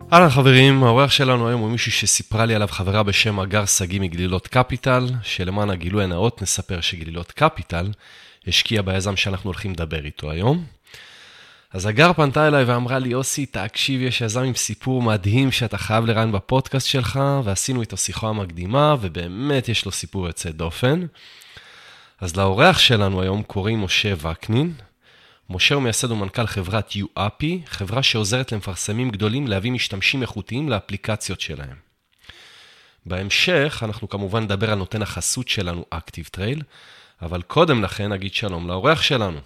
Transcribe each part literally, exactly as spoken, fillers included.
אהלן חברים, האורח שלנו היום הוא מישהו שסיפרה לי עליו חברה בשם אגר סגי מגלילות קפיטל, שלמען הגילוי הנאות נספר שגלילות קפיטל השקיע ביזם שאנחנו הולכים לדבר איתו היום. אז אגר פנתה אליי ואמרה לי, אוסי, תקשיב, יש יזם עם סיפור מדהים שאתה חייב לראיין בפודקאסט שלך, ועשינו איתו שיחה מקדימה, ובאמת יש לו סיפור יוצא דופן. אז לאורח שלנו היום קוראים משה וקנין. משה הוא מייסד ומנכ"ל חברת יו-אפי, חברה שעוזרת למפרסמים גדולים להביא משתמשים איכותיים לאפליקציות שלהם. בהמשך אנחנו כמובן נדבר על נותן החסות שלנו, אקטיב-טרייל, אבל קודם לכן נגיד שלום לאורח שלנו.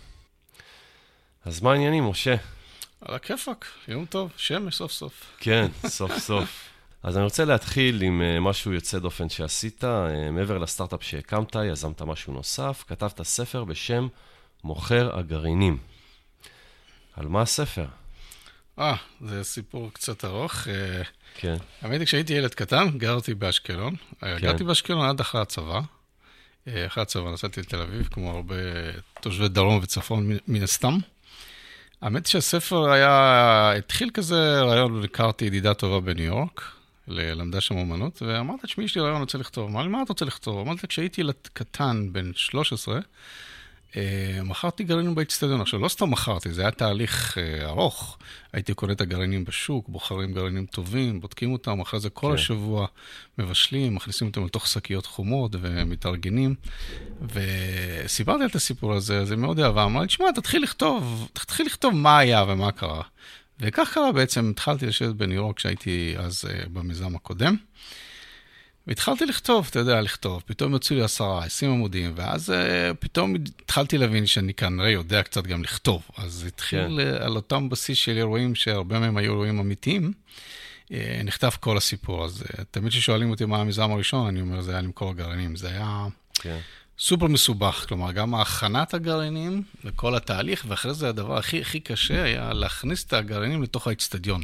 אז מה העניינים, משה? על הכיפק, יום טוב, שמש סוף סוף. כן, סוף סוף. אז אני רוצה להתחיל עם משהו יוצא דופן שעשית, מעבר לסטארט-אפ שהקמת, יזמת משהו נוסף, כתבת ספר בשם מוכר הגרעינים. על מה הספר? אה, זה סיפור קצת ארוך. כן. האמת היא, כשהייתי ילד קטן, גרתי באשקלון. כן. גרתי באשקלון עד אחרי הצבא. אחרי הצבא נסעתי לתל אביב, כמו הרבה תושבי דרום וצפון מן הסתם. האמת היא שהספר היה, התחיל כזה רעיון, הכרתי ידידה טובה בניו יורק, למדה שם אומנות, ואמרתי, תשמעי, יש לי רעיון, אני רוצה לכתוב. אמר לי, מה אתה רוצה לכתוב? אמרתי, כשהייתי ילד קטן, בן שלוש עשרה, מכרתי גרעינים באצטדיון. עכשיו, לא סתם מכרתי, זה היה תהליך ארוך. הייתי קונה את הגרעינים בשוק, בוחרים גרעינים טובים, בודקים אותם, אחרי זה כל השבוע מבשלים, מכניסים אותם לתוך שקיות חומות ומתארגנים. וסיפרתי על את הסיפור הזה, זה מאוד אהבה. אמרה לי, תשמע, תתחיל לכתוב, תתחיל לכתוב מה היה ומה קרה. וכך קרה בעצם, התחלתי לשבת בניו יורק, כשהייתי אז במיזם הקודם. והתחלתי לכתוב, אתה יודע, לכתוב, פתאום יוצאו לי עשרה, עשרים עמודים, ואז uh, פתאום התחלתי להבין שאני כנראה יודע קצת גם לכתוב, אז התחיל כן. על אותם בסיס של אירועים, שהרבה מהם היו אירועים אמיתיים, uh, נכתב כל הסיפור, אז uh, תמיד ששואלים אותי מה המיזם הראשון, אני אומר, זה היה למכור גרעינים, זה היה כן. סופר מסובך, כלומר, גם ההכנת הגרעינים וכל התהליך, ואחרי זה הדבר הכי, הכי קשה היה להכניס את הגרעינים לתוך האצטדיון.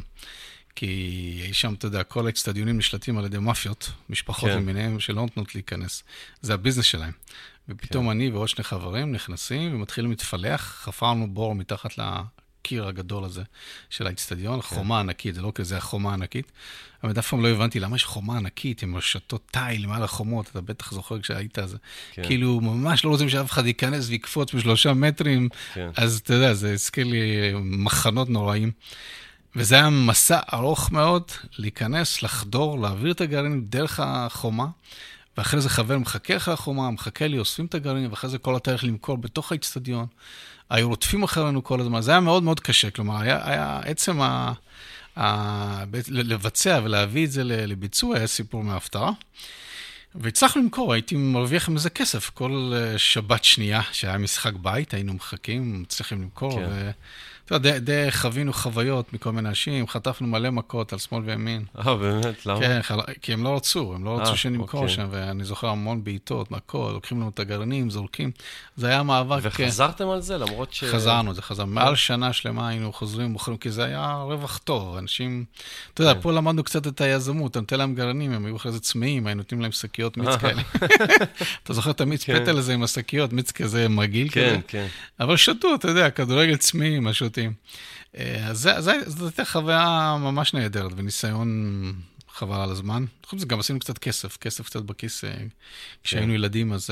כי יש שם, אתה יודע, כל האצטדיונים נשלטים על ידי מאפיות, משפחות כן. למיניהם שלא נותנות להיכנס. זה הביזנס שלהם. ופתאום כן. אני ועוד שני חברים נכנסים ומתחילים להתפלח, חפרנו בור מתחת לקיר הגדול הזה של האצטדיון, כן. חומה ענקית, זה לא כזה החומה ענקית. אבל אף פעם לא הבנתי למה יש חומה ענקית עם רשתות תיל מעל החומות, אתה בטח זוכר כשהיית אז. כן. כאילו, ממש לא רוצים שאף אחד ייכנס ויקפוץ בשלושה מטרים, כן. אז אתה יודע, זה הזכיר לי מחנות נוראים. וזה היה מסע ארוך מאוד, להיכנס, לחדור, להעביר את הגרעינים דרך החומה, ואחרי זה חבר מחכה אחרי החומה, מחכה לי, אוספים את הגרעינים, ואחרי זה כל התאריך למכור בתוך האצטדיון. היו רודפים אחרינו כל הזמן, זה היה מאוד מאוד קשה, כלומר, היה, היה עצם ה, ה, לבצע ולהביא את זה לביצוע, היה סיפור מההפתעה. והצלחנו למכור, הייתי מרוויח עם איזה כסף, כל שבת שנייה שהיה משחק בית, היינו מחכים, מצליחים למכור, כן. ו... אתה יודע, די, די חווינו חוויות מכל מיני אנשים, חטפנו מלא מכות על שמאל וימין. אה, באמת? למה? כן, כי הם לא רצו, הם לא רצו שנמכור אוקיי. שם, ואני זוכר המון בעיטות, מכות, לוקחים לנו את הגרעינים, זורקים. זה היה מאבק... וחזרתם על זה, למרות ש... חזרנו, זה חזר. מעל שנה שלמה היינו חוזרים, מוכרים, כי זה היה רווח טוב. אנשים... אתה יודע, פה למדנו קצת את היזמות, אתה נותן להם גרעינים, הם היו אחרי זה צמאים, היינו נותנים להם שקיות מיץ כאלה. אתה זוכר את המיץ פטל הזה עם השקיות, מיץ כזה מגעיל כזה. אבל שתו, אתה יודע, כדורגל צמאים, משהו אז זו הייתה חוויה ממש נהדרת, וניסיון חבל על הזמן. חוץ זה גם עשינו קצת כסף, כסף קצת בכיס. כשהיינו ילדים, אז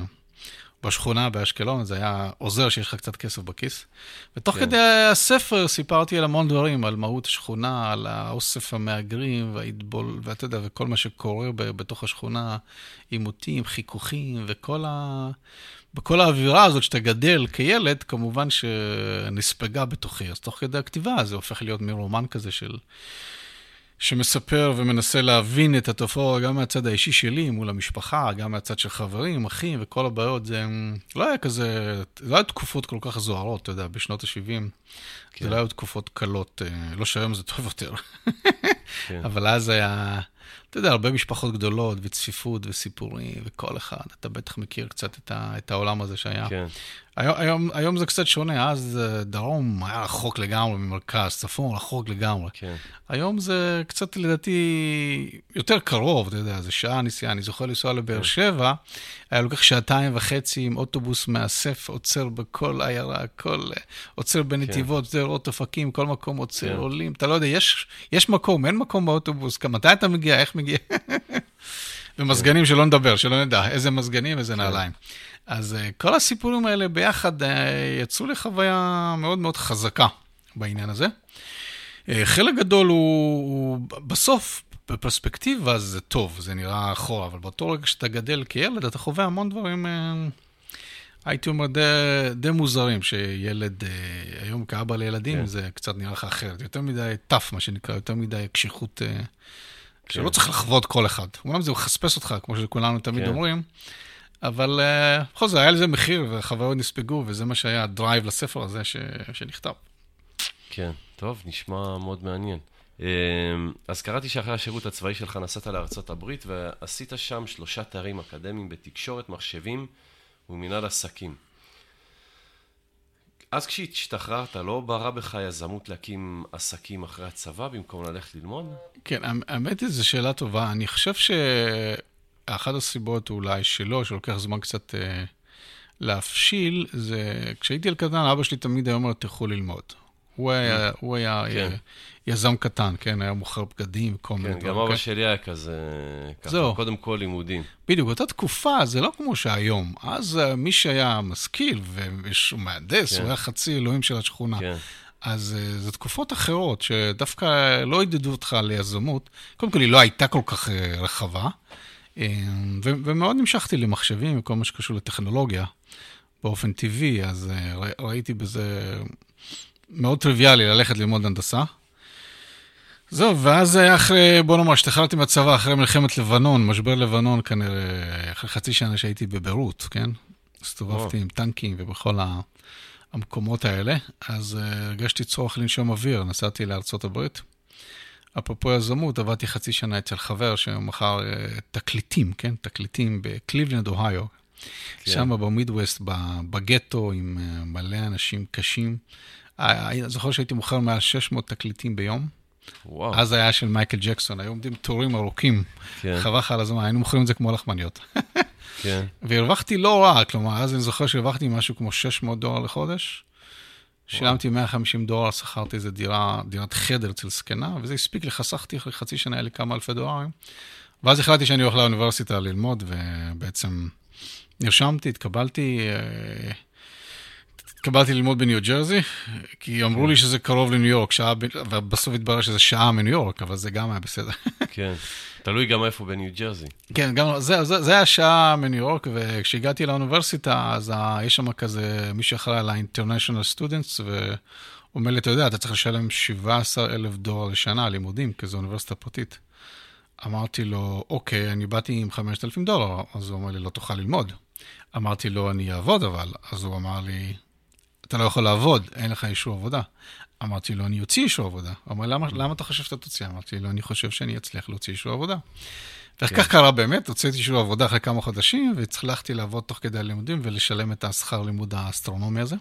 בשכונה באשקלון, זה היה עוזר שיש לך קצת כסף בכיס. ותוך כדי הספר סיפרתי על המון דברים, על מהות השכונה, על האוסף המאגרים, וההתבול, ואתה יודע, וכל מה שקורה בתוך השכונה, עימותים, חיכוכים, וכל ה... בכל האווירה הזאת שאתה גדל כילד, כמובן שנספגה בתוכי. אז תוך כדי הכתיבה, זה הופך להיות מרומן כזה של... שמספר ומנסה להבין את התופעה גם מהצד האישי שלי מול המשפחה, גם מהצד של חברים, אחים וכל הבעיות. זה לא היה כזה... לא היה תקופות כל כך זוהרות, אתה יודע, בשנות ה-שבעים. כן. זה לא היו תקופות קלות. לא שהיום זה טוב יותר. אבל אז היה, אתה יודע, הרבה משפחות גדולות וצפיפות וסיפורים וכל אחד, אתה בטח מכיר קצת את, ה, את העולם הזה שהיה. כן. היום, היום, היום זה קצת שונה, אז דרום היה רחוק לגמרי ממרכז, צפון רחוק לגמרי. כן. היום זה קצת לדעתי יותר קרוב, אתה יודע, זה שעה נסיעה, אני זוכר לנסוע לבאר שבע, היה לוקח שעתיים וחצי עם אוטובוס מאסף, עוצר בכל עיירה, כל, עוצר בנתיבות, עוצר עוד אופקים, כל מקום עוצר, עולים, אתה לא יודע, יש, יש מקום, אין מקום באוטובוס, מתי אתה מגיע, איך מגיע? ומסגנים שלא נדבר, שלא נדע, איזה מסגנים, איזה נעליים. אז כל הסיפורים האלה ביחד יצאו לי חוויה מאוד מאוד חזקה בעניין הזה. חלק גדול הוא, הוא בסוף, בפרספקטיבה זה טוב, זה נראה אחורה, אבל באותו רגע שאתה גדל כילד, אתה חווה המון דברים, הייתי אומר, די, די מוזרים, שילד, היום כאבא לילדים, כן. זה קצת נראה לך אחרת, יותר מדי טף, מה שנקרא, יותר מדי קשיחות, כן. שלא צריך לחוות כל אחד. אומנם זה מחספס אותך, כמו שכולנו תמיד כן. אומרים, אבל בכל זאת, היה לזה מחיר, וחוויות נספגו, וזה מה שהיה הדרייב לספר הזה ש... שנכתב. כן, טוב, נשמע מאוד מעניין. אז קראתי שאחרי השירות הצבאי שלך נסעת לארצות הברית, ועשית שם שלושה תארים אקדמיים בתקשורת, מחשבים ומנהל עסקים. אז כשהשתחררת, לא ברא בך יזמות להקים עסקים אחרי הצבא, במקום ללכת ללמוד? כן, האמת היא, זו שאלה טובה. אני חושב ש... אחת הסיבות אולי שלו, שלוקח זמן קצת אה, להפשיל, זה כשהייתי על קטן, אבא שלי תמיד היה אומר, תלכו ללמוד. הוא היה, mm. הוא היה כן. אה, יזם קטן, כן? היה מוכר בגדים, כל מיני. כן, גם אבא שלי היה כזה, ככה, קודם כל לימודים. בדיוק, אותה תקופה, זה לא כמו שהיום. אז uh, מי שהיה משכיל, והוא מהנדס, כן. הוא היה חצי אלוהים של השכונה. כן. אז uh, זה תקופות אחרות, שדווקא לא ידדו אותך ליזמות. קודם כל, היא לא הייתה כל כך uh, רחבה. ומאוד נמשכתי למחשבים וכל מה שקשור לטכנולוגיה באופן טבעי, אז ראיתי בזה מאוד טריוויאלי ללכת ללמוד הנדסה. זהו, ואז אחרי, בוא נאמר, השתחררתי מהצבא אחרי מלחמת לבנון, משבר לבנון כנראה, אחרי חצי שנה שהייתי בביירות, כן? הסתובבתי עם טנקים ובכל המקומות האלה, אז הרגשתי צורך לנשום אוויר, נסעתי לארצות הברית. אפרופו יזמות, עבדתי חצי שנה אצל חבר שמחר תקליטים, כן? תקליטים בקליבלנד, אוהיו. כן. שם במידווסט, בגטו, עם מלא אנשים קשים. אני זוכר שהייתי מוכר מעל שש מאות תקליטים ביום. וואו. אז היה של מייקל ג'קסון, היו עומדים תורים ארוכים. כן. חווך על הזמן, היינו מוכרים את זה כמו לחמניות. כן. והרווחתי לא רע, כלומר, אז אני זוכר שהרווחתי משהו כמו שש מאות דולר לחודש. שילמתי מאה וחמישים דולר, שכרתי איזו דירה, דירת חדר אצל סקנה, וזה הספיק לי, חסכתי אחרי חצי שנה, היה לי כמה אלפי דולרים. ואז החלטתי שאני הולך לאוניברסיטה ללמוד, ובעצם נרשמתי, התקבלתי, התקבלתי ללמוד בניו ג'רזי, כי אמרו לי שזה קרוב לניו יורק, שעה, ובסוף התברר שזה שעה מניו יורק, אבל זה גם היה בסדר. כן. תלוי גם איפה בניו ג'רזי. כן, גם, זה, זה, זה היה שעה מניו יורק, וכשהגעתי לאוניברסיטה, אז יש שם כזה, מי שאחראי על ה-International Students, ואומר לי, אתה יודע, אתה צריך לשלם שבעה עשר אלף דולר לשנה לימודים, כי זו אוניברסיטה פרטית. אמרתי לו, אוקיי, אני באתי עם חמשת אלפים דולר, אז הוא אומר לי, לא תוכל ללמוד. אמרתי לו, אני אעבוד אבל, אז הוא אמר לי, אתה לא יכול לעבוד, אין לך אישור עבודה. אמרתי לו, אני יוציא אישור עבודה. הוא אמר, למה, למה אתה חושב שאתה תוציא? אמרתי לו, אני חושב שאני אצליח להוציא אישור עבודה. וכך קרה באמת, הוצאתי אישור עבודה אחרי כמה חודשים, והצלחתי לעבוד תוך כדי הלימודים, ולשלם את השכר לימוד האסטרונומי הזה.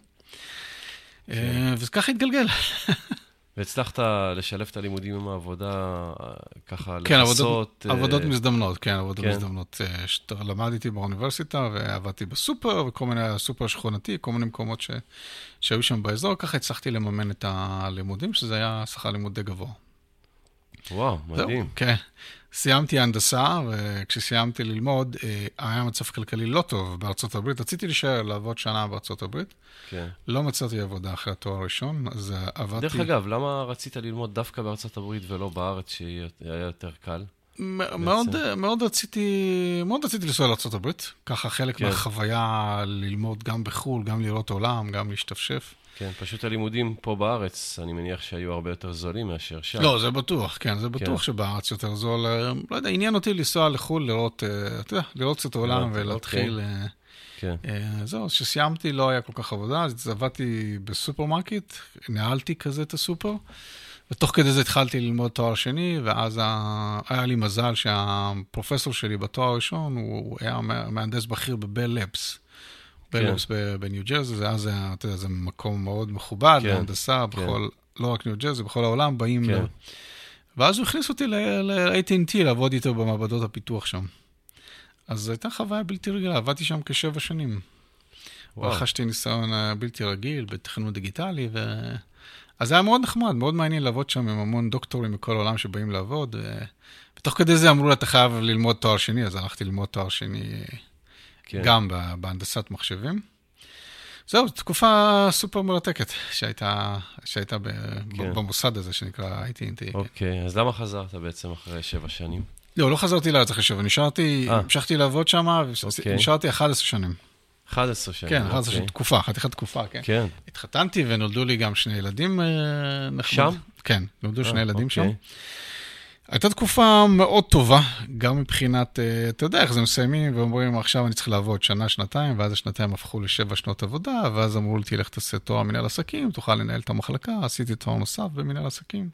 וכך התגלגל. והצלחת לשלב את הלימודים עם העבודה, ככה כן, לעשות... עבודות מזדמנות, כן, עבודות מזדמנות. למדתי באוניברסיטה, ועבדתי בסופר, וכל מיני סופר שכונתי, כל מיני מקומות ש... שהיו שם באזור, ככה הצלחתי לממן את הלימודים, שזה היה שכר לימוד די גבוה. וואו, מדהים. כן. סיימתי הנדסה, וכשסיימתי ללמוד, היה מצב כלכלי לא טוב בארצות הברית. רציתי להישאר לעבוד שנה בארצות הברית. כן. לא מצאתי עבודה אחרי התואר הראשון, אז עבדתי... דרך אגב, למה רצית ללמוד דווקא בארצות הברית ולא בארץ שהיה יותר קל? מאוד, מאוד רציתי, מאוד רציתי לנסוע לארצות הברית. ככה חלק כן. מהחוויה ללמוד גם בחול, גם לראות עולם, גם להשתפשף. כן, פשוט הלימודים פה בארץ, אני מניח שהיו הרבה יותר זולים מאשר שם. לא, זה בטוח, כן, זה בטוח כן. שבארץ יותר זול. לא יודע, עניין אותי לנסוע לחול, לראות, אתה יודע, לראות קצת עולם ולהתחיל... כן. זהו, כשסיימתי לא היה כל כך עבודה, אז עבדתי בסופרמרקט, נעלתי כזה את הסופר, ותוך כדי זה התחלתי ללמוד תואר שני, ואז היה לי מזל שהפרופסור שלי בתואר הראשון, הוא היה מהנדס בכיר בבל לבס. בל לבס בניו ג'רזי, זה אז היה, אתה יודע, זה מקום מאוד מכובד, להנדסה, בכל, לא רק ניו ג'רזי, בכל העולם באים. ואז הוא הכניס אותי ל-איי טי אנד טי לעבוד איתו במעבדות הפיתוח שם. אז זו הייתה חוויה בלתי רגילה, עבדתי שם כשבע שנים. רכשתי ניסיון בלתי רגיל, בתכנות דיגיטלי, ו... אז זה היה מאוד נחמד, מאוד מעניין לעבוד שם עם המון דוקטורים מכל העולם שבאים לעבוד, ו... ותוך כדי זה אמרו לה, אתה חייב ללמוד תואר שני, אז הלכתי ללמוד תואר שני כן. גם בהנדסת מחשבים. זהו, תקופה סופר מרתקת שהייתה, שהייתה ב... כן. במוסד הזה שנקרא איי טי אנד טי. אוקיי, כן. אז למה חזרת בעצם אחרי שבע שנים? לא, לא חזרתי לארץ אחרי שבע, נשארתי, המשכתי לעבוד שם, ונשארתי אחת עשרה שנים. אחת עשרה שנים. כן, אחת עשרה שנים, תקופה, חתיכת תקופה, כן. כן. התחתנתי ונולדו לי גם שני ילדים נחמד. שם? כן, נולדו שני ילדים שם. הייתה תקופה מאוד טובה, גם מבחינת, אתה יודע איך זה מסיימים, ואומרים, עכשיו אני צריך לעבוד שנה, שנתיים, ואז השנתיים הפכו לשבע שנות עבודה, ואז אמרו לי, תלך תעשה תואר מנהל עסקים, תוכל לנהל את המחלקה, עשיתי תואר נוסף במנהל עסקים.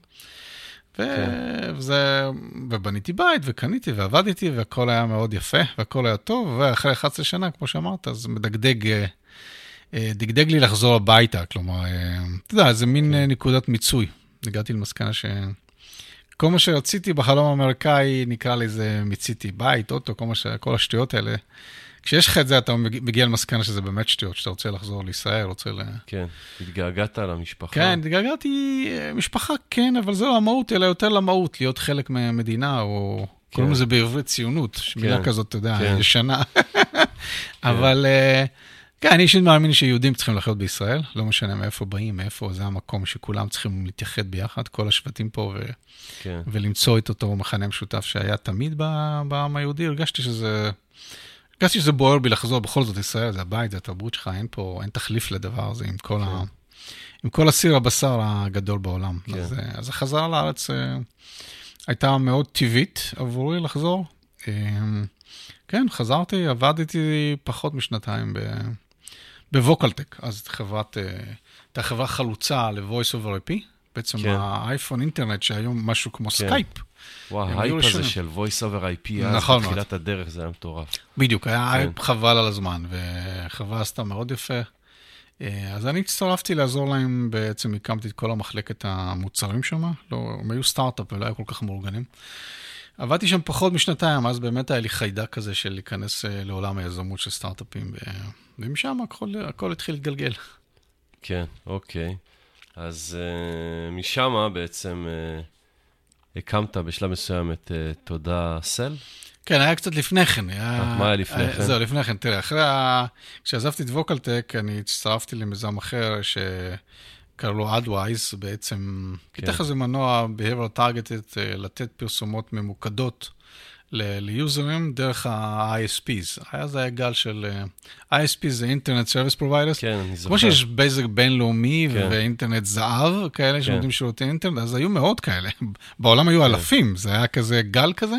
וזה, ובניתי בית, וקניתי, ועבדתי, והכל היה מאוד יפה, והכל היה טוב, ואחרי אחת עשרה שנה, כמו שאמרת, אז מדגדג, דגדג לי לחזור הביתה, כלומר, אתה יודע, זה מין נקודת מיצוי. הגעתי למסקנה ש... כל מה שרציתי בחלום האמריקאי, נקרא לזה מיציתי בית, אוטו, כל, ש... כל השטויות האלה. כשיש לך את זה, אתה מגיע למסקנה שזה באמת שטויות, שאתה רוצה לחזור לישראל, רוצה ל... כן, התגעגעת למשפחה. כן, התגעגעתי, משפחה כן, אבל זה לא המהות, אלא יותר למהות, להיות חלק מהמדינה, או כן. קוראים לזה בעברית ציונות, מילה כן. כזאת, אתה יודע, כן. ישנה. אבל... כן, אני אישית מאמין שיהודים צריכים לחיות בישראל, לא משנה מאיפה באים, מאיפה, זה המקום שכולם צריכים להתייחד ביחד, כל השבטים פה, ו... כן. ולמצוא את אותו מחנה משותף שהיה תמיד בעם היהודי. הרגשתי שזה, הרגשתי שזה בוער בי לחזור, בכל זאת ישראל, זה הבית, זה התרבות שלך, אין פה, אין תחליף לדבר הזה, עם כל, כן. ה... עם כל הסיר הבשר הגדול בעולם. כן. אז, אז החזרה לארץ הייתה מאוד טבעית עבורי לחזור. כן, חזרתי, עבדתי פחות משנתיים ב... בווקלטק, אז חברת, הייתה חברה חלוצה ל-Voice over איי פי, בעצם כן. האייפון אינטרנט שהיום משהו כמו כן. סקייפ. וואו, האייפ הזה של Voice over איי פי, נכון, אז בתחילת הדרך זה היה מטורף. בדיוק, היה כן. אייפ חבל על הזמן, וחברה עשתה מאוד יפה. אז אני הצטרפתי לעזור להם, בעצם הקמתי את כל המחלקת המוצרים שם, לא, הם היו סטארט-אפ ולא היו כל כך מאורגנים. עבדתי שם פחות משנתיים, אז באמת היה לי חיידק כזה של להיכנס לעולם היזמות של סטארט-אפים, ומשם הכל, הכל התחיל להתגלגל. כן, אוקיי. אז uh, משם בעצם uh, הקמת בשלב מסוים את uh, תודה סל? כן, היה קצת לפני כן. היה... מה היה לפני כן? זהו, לפני כן. תראה, אחרי ה... כשעזבתי את ווקלטק, אני הצטרפתי למיזם אחר ש... קראו לו AdWise, בעצם פיתח איזה מנוע behavioral targeted, לתת פרסומות ממוקדות ליוזרים דרך ה-איי אס פיז. היה זה היה גל של... איי אס פי זה Internet Service Providers. כן, אני זוכר. כמו שיש בזק בינלאומי ואינטרנט זהב, כאלה שנותנים שירותי אינטרנט, אז היו מאוד כאלה. בעולם היו אלפים, זה היה כזה גל כזה.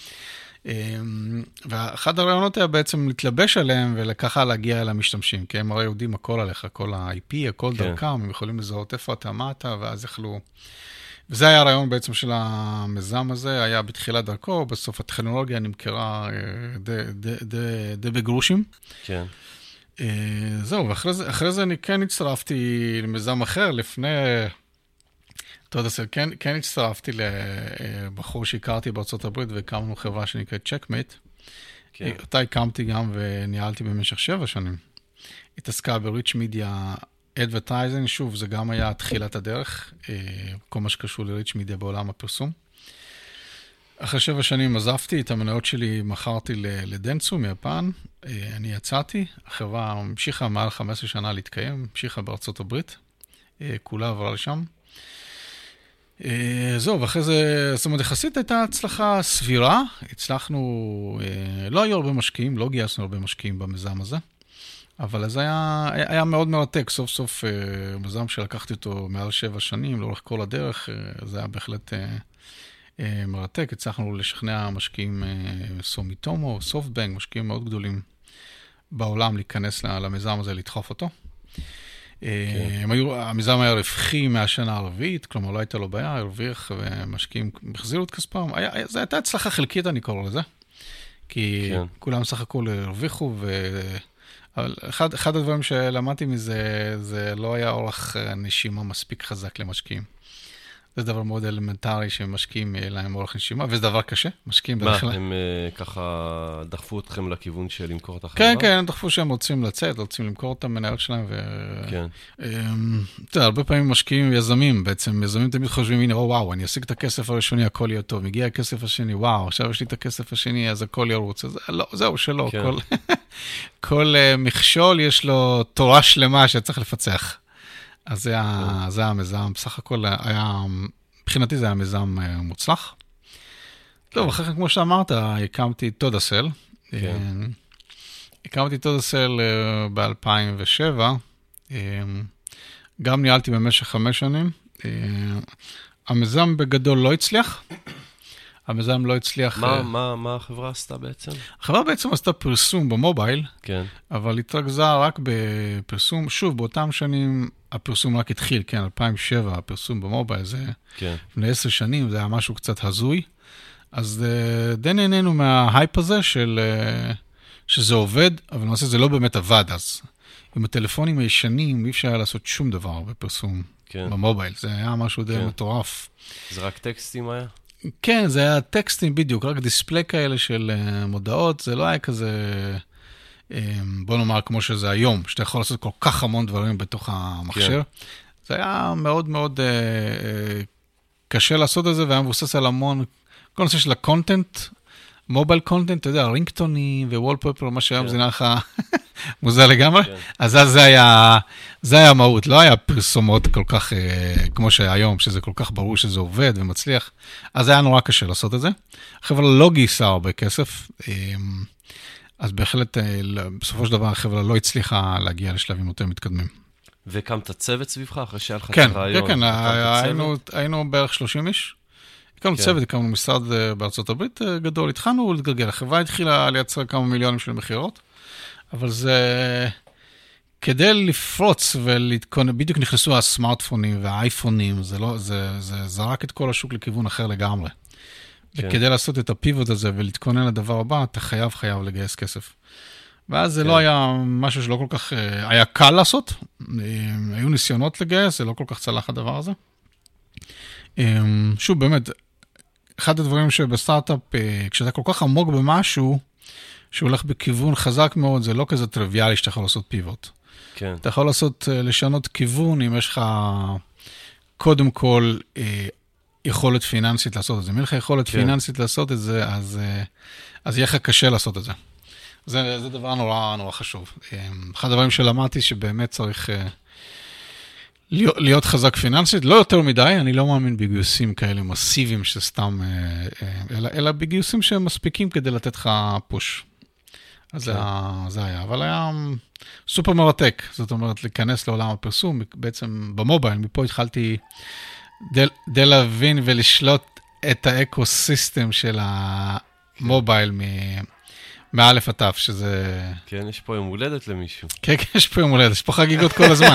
ואחד הרעיונות היה בעצם להתלבש עליהם ולככה להגיע אל המשתמשים, כי הם הרי יודעים הכל עליך, כל ה-איי פי, הכל דרכם, הם יכולים לזהות איפה אתה, מה אתה, ואז יכלו... וזה היה הרעיון בעצם של המיזם הזה, היה בתחילת דרכו, בסוף הטכנולוגיה נמכרה די בגרושים. כן. זהו, ואחרי זה אני כן הצטרפתי למיזם אחר, לפני... אתה יודע, כן, כן הצטרפתי לבחור שהכרתי בארצות הברית, והקמנו חברה שנקראת צ'קמייט. כן. אותה הקמתי גם וניהלתי במשך שבע שנים. התעסקה בריץ' מידיה אדברטייזינג, שוב, זה גם היה תחילת הדרך, כל מה שקשור לריץ' מידיה בעולם הפרסום. אחרי שבע שנים עזבתי, את המניות שלי מכרתי לדנצו מיפן, אני יצאתי, החברה המשיכה מעל חמש עשרה שנה להתקיים, המשיכה בארצות הברית, כולה עברה לשם. זהו, ואחרי זה, זאת אומרת, יחסית הייתה הצלחה סבירה, הצלחנו, לא היו הרבה משקיעים, לא גייסנו הרבה משקיעים במיזם הזה, אבל זה היה, היה מאוד מרתק, סוף סוף מיזם שלקחתי אותו מעל שבע שנים, לאורך כל הדרך, זה היה בהחלט מרתק, הצלחנו לשכנע משקיעים סומיטומו, סופטבנק, משקיעים מאוד גדולים בעולם להיכנס למיזם הזה, לדחוף אותו. הם היו, המיזם היה רווחי מהשנה הרביעית, כלומר לא הייתה לו בעיה, הרוויח ומשקיעים החזירו את כספם. זו הייתה הצלחה חלקית, אני קורא לזה. כי כולם סך הכל הרוויחו, אבל אחד, אחד הדברים שלמדתי מזה, זה לא היה אורח נשימה מספיק חזק למשקיעים. זה דבר מאוד אלמנטרי שמשקיעים להם אורח נשימה, וזה דבר קשה, משקיעים בדרך כלל. מה, הם ככה דחפו אתכם לכיוון של למכור את החברה? כן, כן, הם דחפו שהם רוצים לצאת, רוצים למכור את המניות שלהם, ו... כן. אתה יודע, הרבה פעמים משקיעים יזמים, בעצם יזמים תמיד חושבים, הנה, וואו, אני אשיג את הכסף הראשוני, הכל יהיה טוב, מגיע הכסף השני, וואו, עכשיו יש לי את הכסף השני, אז הכל ירוץ. לא, זהו, שלא, כל, כל מכשול יש לו תורה שלמה שצריך לפצח. אז זה, ה, זה המיזם, בסך הכל היה, מבחינתי זה היה מיזם מוצלח. טוב, אחר כך כמו שאמרת, הקמתי תודסל. הקמתי תודסל ב-אלפיים ושבע, גם ניהלתי במשך חמש שנים. המיזם בגדול לא הצליח. המיזם לא הצליח... מה, מה, מה החברה עשתה בעצם? החברה בעצם עשתה פרסום במובייל, כן. אבל התרכזה רק בפרסום. שוב, באותם שנים הפרסום רק התחיל, כן, אלפיים ושבע, הפרסום במובייל, זה כן. לפני עשר שנים, זה היה משהו קצת הזוי. אז די נהנינו מההייפ הזה של, שזה עובד, אבל למעשה זה לא באמת עבד אז. עם הטלפונים הישנים, אי אפשר לעשות שום דבר בפרסום כן. במובייל. זה היה משהו די כן. מטורף. זה רק טקסטים היה? כן, זה היה טקסטים בדיוק, רק דיספלי כאלה של uh, מודעות, זה לא היה כזה, um, בוא נאמר כמו שזה היום, שאתה יכול לעשות כל כך המון דברים בתוך המחשב. כן. זה היה מאוד מאוד uh, uh, קשה לעשות את זה, והיה מבוסס על המון, כל נושא של הקונטנט, מובייל קונטנט, אתה יודע, רינגטונים ווולפפר, מה שהיום כן. זה נראה מוזר לגמרי, כן. אז זה היה, זה היה מהות, לא היה פרסומות כל כך, כמו שהיום, שזה כל כך ברור שזה עובד ומצליח, אז היה נורא קשה לעשות את זה. החברה לא גייסה הרבה כסף, אז בהחלט, בסופו של דבר, החברה לא הצליחה להגיע לשלבים יותר מתקדמים. והקמת צוות סביבך אחרי שהיה לך כן, את הרעיון? כן, כן, היינו, היינו בערך שלושים איש, הקמנו כן. צוות, הקמנו משרד בארצות הברית גדול, התחלנו להתגלגל, החברה התחילה לייצר כמה מיליונים של מחירות, אבל זה, כדי לפרוץ ולהתכונן, בדיוק נכנסו הסמארטפונים והאייפונים, זה לא, זה, זה זרק את כל השוק לכיוון אחר לגמרי. כן. וכדי לעשות את הפיבוט הזה ולהתכונן לדבר הבא, אתה חייב, חייב לגייס כסף. ואז זה כן. לא היה משהו שלא כל כך, היה קל לעשות, היו ניסיונות לגייס, זה לא כל כך צלח הדבר הזה. שוב, באמת, אחד הדברים שבסטארט-אפ, כשאתה כל כך עמוק במשהו, שהולך בכיוון חזק מאוד, זה לא כזה טריוויאלי שאתה יכול לעשות פיבוט. כן. אתה יכול לעשות, לשנות כיוון, אם יש לך קודם כל יכולת פיננסית לעשות את זה. אם אין לך יכולת כן. פיננסית לעשות את זה, אז, אז יהיה לך קשה לעשות את זה. זה, זה דבר נורא, נורא חשוב. אחד הדברים שלמדתי שבאמת צריך להיות, להיות חזק פיננסית, לא יותר מדי, אני לא מאמין בגיוסים כאלה מסיביים שסתם, אלא, אלא בגיוסים שהם מספיקים כדי לתת לך פוש. אז זה, זה היה, אבל היה סופר מרתק, זאת אומרת, להיכנס לעולם הפרסום, בעצם במובייל, מפה התחלתי די להבין ולשלוט את האקוסיסטם של המובייל מאלף עד תף, שזה... כן, יש פה יום הולדת למישהו. כן, כן, יש פה יום הולדת, יש פה חגיגות כל הזמן.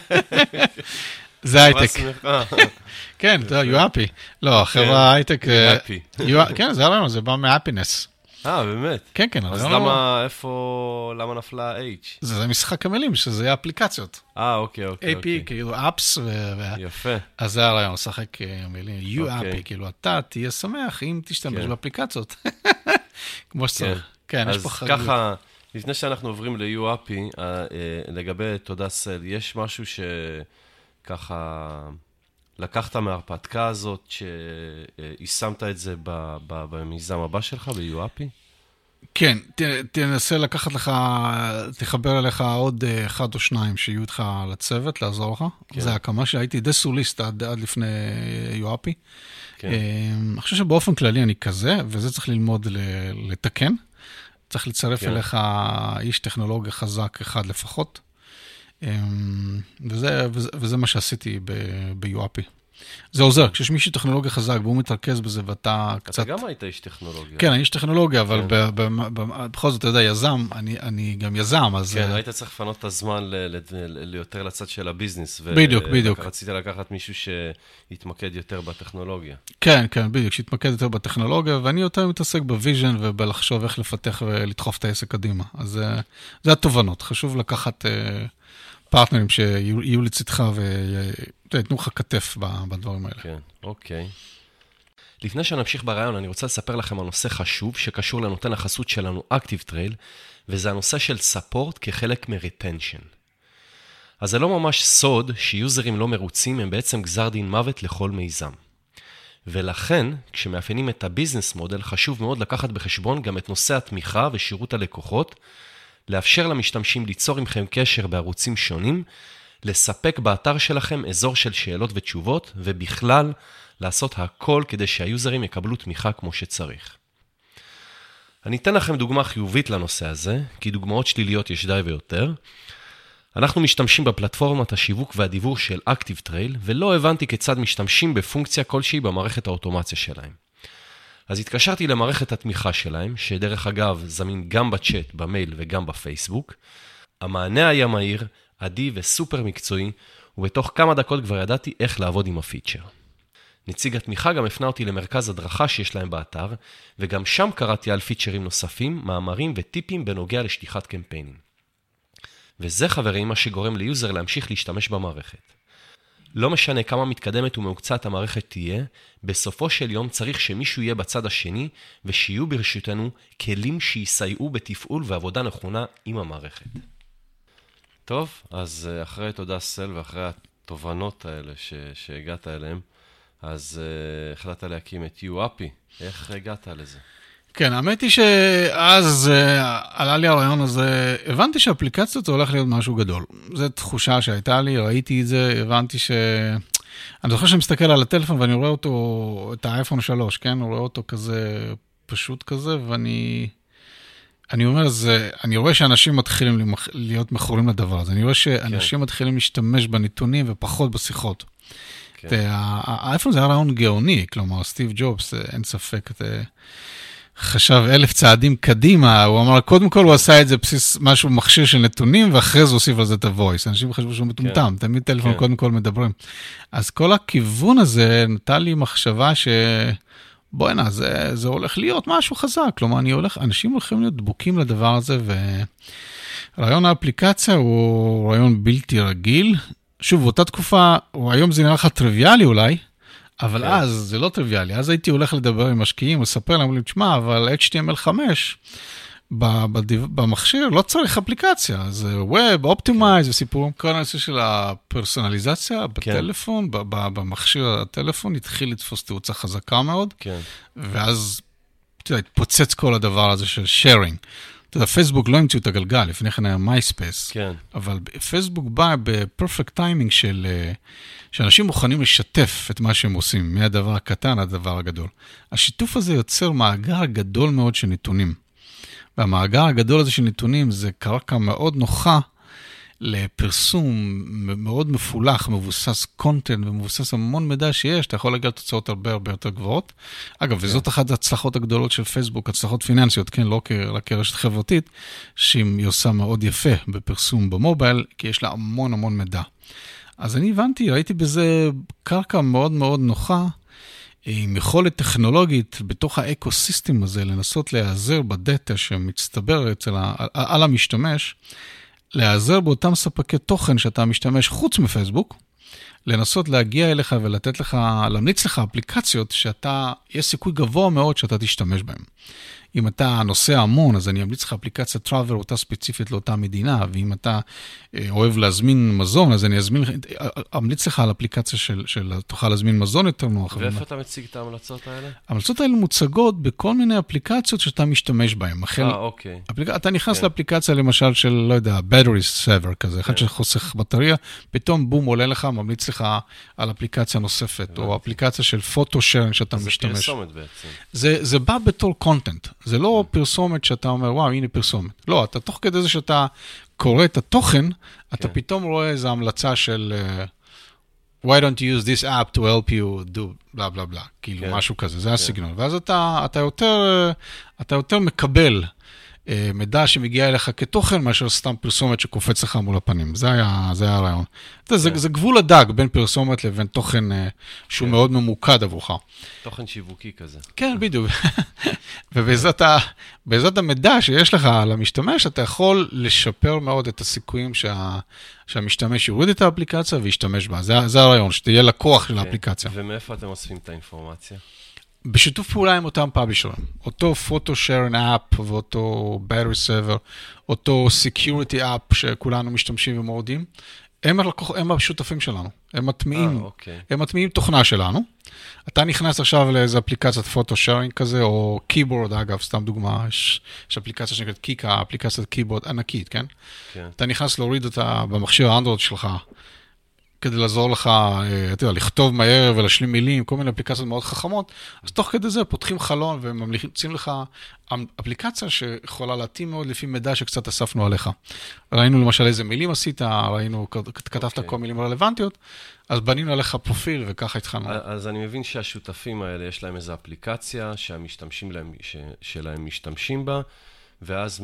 זה הייטק. כן, אתה יודע, יואפי. לא, חברה הייטק... כן, זה הרעיון, זה בא מהפינס. אה, באמת? כן, כן. אז למה, איפה, למה נפלה ה-H? זה משחק המילים, שזה יהיה אפליקציות. אה, אוקיי, אוקיי. איי פי, כאילו, אפס. יפה. אז זה הרעיון, משחק מילים, יואפי, כאילו, אתה תהיה שמח אם תשתמש באפליקציות. כמו שצריך. כן, יש פה חגיגות. אז ככה, לפני שאנחנו עוברים ל-יואפי, לגבי תודה סל, יש משהו שככה... לקחת מההרפתקה הזאת, שיישמת את זה במיזם הבא שלך, ב-יואפי? כן, תנסה לקחת לך, תחבר אליך עוד אחד או שניים שיהיו איתך לצוות, לעזור לך. זה הקמה שהייתי די סוליסט עד לפני יואפי. אני חושב שבאופן כללי אני כזה, וזה צריך ללמוד לתקן. צריך לצרף אליך איש טכנולוגיה חזק אחד לפחות. וזה, וזה, וזה מה שעשיתי ב-יואפי. זה עוזר, כשיש מישהו טכנולוגיה חזק, והוא מתרכז בזה, ואתה קצת... אתה גם היית איש טכנולוגיה. כן, אני איש טכנולוגיה, אבל בכל זאת, אתה יודע, יזם, אני גם יזם, אז... כן, היית צריך לפנות את הזמן ליותר לצד של הביזנס. בדיוק, בדיוק. ורציתי לקחת מישהו שיתמקד יותר בטכנולוגיה. כן, כן, בדיוק, שיתמקד יותר בטכנולוגיה, ואני יותר מתעסק בוויז'ן ובלחשוב איך לפתח ולדחוף את העסק קדימה. אז זה התובנות. חשוב לקחת פרטנרים שיהיו לצדך ויתנו לך כתף בדברים האלה. כן, אוקיי. לפני שנמשיך ברעיון, אני רוצה לספר לכם על נושא חשוב שקשור לנותן החסות שלנו, ActiveTrail, וזה הנושא של ספורט כחלק מ-retention. אז זה לא ממש סוד שיוזרים לא מרוצים הם בעצם גזר דין מוות לכל מיזם. ולכן, כשמאפיינים את הביזנס מודל, חשוב מאוד לקחת בחשבון גם את נושא התמיכה ושירות הלקוחות, לאפשר למשתמשים ליצור עמכם קשר בערוצים שונים, לספק באתר שלכם אזור של שאלות ותשובות, ובכלל לעשות הכל כדי שהיוזרים יקבלו תמיכה כמו שצריך. אני אתן לכם דוגמה חיובית לנושא הזה, כי דוגמאות שליליות יש די ויותר. אנחנו משתמשים בפלטפורמת השיווק והדיבור של ActiveTrail, ולא הבנתי כיצד משתמשים בפונקציה כלשהי במערכת האוטומציה שלהם. אז התקשרתי למערכת התמיכה שלהם, שדרך אגב זמין גם בצ'אט, במייל וגם בפייסבוק. המענה היה מהיר, עדי וסופר מקצועי, ובתוך כמה דקות כבר ידעתי איך לעבוד עם הפיצ'ר. נציג התמיכה גם הפנה אותי למרכז הדרכה שיש להם באתר, וגם שם קראתי על פיצ'רים נוספים, מאמרים וטיפים בנוגע לשליחת קמפיינים. וזה חברים מה שגורם ליוזר להמשיך להשתמש במערכת. לא משנה כמה מתקדמת ומעוקצת המערכת תהיה, בסופו של יום צריך שמישהו יהיה בצד השני, ושיהיו ברשותנו כלים שיסייעו בתפעול ועבודה נכונה עם המערכת. טוב, אז אחרי תודה סל ואחרי התובנות האלה ש... שהגעת אליהם, אז uh, החלטת להקים את יו-אפי. איך הגעת לזה? כן, האמת היא שאז uh, עלה לי הרעיון הזה, הבנתי שהאפליקציות זה הולך להיות משהו גדול. זו תחושה שהייתה לי, ראיתי את זה, הבנתי ש... אני זוכר שאני מסתכל על הטלפון ואני רואה אותו, את האייפון שלוש, כן? אני רואה אותו כזה, פשוט כזה, ואני... אני אומר, זה, אני רואה שאנשים מתחילים להיות מכורים לדבר הזה. אני רואה שאנשים כן. מתחילים להשתמש בנתונים ופחות בשיחות. כן. והאייפון זה היה רעיון גאוני, כלומר, סטיב ג'ובס, אין ספק, חשב אלף צעדים קדימה, הוא אמר, קודם כל הוא עשה את זה בסיס משהו מכשיר של נתונים, ואחרי זה הוסיף על זה את הוויס. אנשים חשבו שהוא מטומטם, תמיד טלפון קודם כל מדברים. אז כל הכיוון הזה נתן לי מחשבה ש... בואי נה, זה, זה הולך להיות משהו חזק. כלומר, אני הולך, אנשים הולכים להיות דבוקים לדבר הזה, ורעיון האפליקציה הוא רעיון בלתי רגיל. שוב, באותה תקופה, היום זה נראה לך טריוויאלי אולי, אבל כן. אז זה לא טריוויאלי. אז הייתי הולך לדבר עם משקיעים, לספר להם, תשמע, אבל אייץ' טי אם אל חמש, במכשיר לא צריך אפליקציה, זה Web, Optimize וסיפורים. כל הנושא של הפרסונליזציה בטלפון, כן. במכשיר הטלפון, התחיל לתפוס תאוצה חזקה מאוד, כן. ואז תדע, התפוצץ כל הדבר הזה של sharing. אתה יודע, פייסבוק לא המציאו את הגלגל, לפני כן היה MySpace, כן. אבל פייסבוק בא בפרפקט טיימינג של, שאנשים מוכנים לשתף את מה שהם עושים, מהדבר הקטן עד הדבר הגדול. השיתוף הזה יוצר מאגר גדול מאוד של נתונים. והמאגר הגדול הזה של נתונים זה קרקע מאוד נוחה לפרסום מאוד מפולח, מבוסס קונטנט ומבוסס המון מידע שיש, אתה יכול להגיע לתוצאות הרבה הרבה יותר גבוהות. אגב, כן. וזאת אחת ההצלחות הגדולות של פייסבוק, הצלחות פיננסיות, כן, לא כרשת חברתית, שהיא עושה מאוד יפה בפרסום במובייל, כי יש לה המון המון מידע. אז אני הבנתי, ראיתי בזה קרקע מאוד מאוד נוחה, עם יכולת טכנולוגית בתוך האקוסיסטם הזה, לנסות להיעזר בדאטה שמצטבר אצל ה, על המשתמש, להיעזר באותם ספקי תוכן שאתה משתמש חוץ מפייסבוק, לנסות להגיע אליך ולתת לך, להמליץ לך אפליקציות שאתה, יש סיכוי גבוה מאוד שאתה תשתמש בהם. אם אתה נוסע המון, אז אני אמליץ לך אפליקציה טראבל, אותה ספציפית לאותה מדינה, ואם אתה אוהב להזמין מזון, אז אני אזמין, אמליץ לך על אפליקציה של, של תוכל להזמין מזון יותר נוח. ואיפה אתה מציג את ההמלצות האלה? ההמלצות האלה מוצגות בכל מיני אפליקציות שאתה משתמש בהן. אה, אוקיי. אפליק... אתה נכנס כן. לאפליקציה למשל של, לא יודע, battery saver כזה, אחד כן. שחוסך בטריה, פתאום בום עולה לך, ממליץ לך על אפליקציה נוספת, או אפליקציה של פוטו sharing שאתה זה משתמש. פרסומת בעצם. זה, זה בא בתור קונטנט. זה לא פרסומת שאתה אומר, וואו, הנה פרסומת. לא, אתה תוך כדי זה שאתה קורא את התוכן, אתה פתאום רואה איזו המלצה של why don't you use this app to help you do בלה בלה בלה, כאילו משהו כזה, זה הסגנון. ואז אתה יותר, אתה יותר מקבל מידע שמגיע אליך כתוכן, מאשר סתם פרסומת שקופץ לך מול הפנים. זה היה, זה היה הרעיון. זה, זה גבול הדק בין פרסומת לבין תוכן שהוא מאוד ממוקד עבורך. תוכן שיווקי כזה. כן, בדיוק. ובעזרת בעזרת המידע שיש לך על המשתמש, אתה יכול לשפר מאוד את הסיכויים שה, שהמשתמש יוריד את האפליקציה וישתמש בה. זה, זה הרעיון, שתהיה לקוח של האפליקציה. ומאיפה אתם אוספים את האינפורמציה? בשיתוף פעולה עם אותם פאבלישרים, אותו Photo Sharing App ואותו Battery Saver, אותו Security App שכולנו משתמשים ומורדים, הם, הלקוח, הם השותפים שלנו, הם מטמיעים, אה, אוקיי. הם מטמיעים תוכנה שלנו. אתה נכנס עכשיו לאיזו אפליקציית Photo Sharing כזה, או Keyboard, אגב, סתם דוגמה, יש, יש אפליקציה שנקראת קיקה, אפליקציית Keyboard ענקית, כן? כן. אתה נכנס להוריד אותה במכשיר האנדרואיד שלך, כדי לעזור לך, אתה יודע, לכתוב מהר ולהשלים מילים, כל מיני אפליקציות מאוד חכמות, אז תוך כדי זה פותחים חלון וממליצים לך אפליקציה שיכולה להתאים מאוד לפי מידע שקצת אספנו עליך. ראינו למשל איזה מילים עשית, ראינו, כתבת כל מילים רלוונטיות, אז בנינו עליך פרופיל וככה התחלנו. אז אני מבין שהשותפים האלה, יש להם איזו אפליקציה שהמשתמשים שלהם משתמשים בה, ואז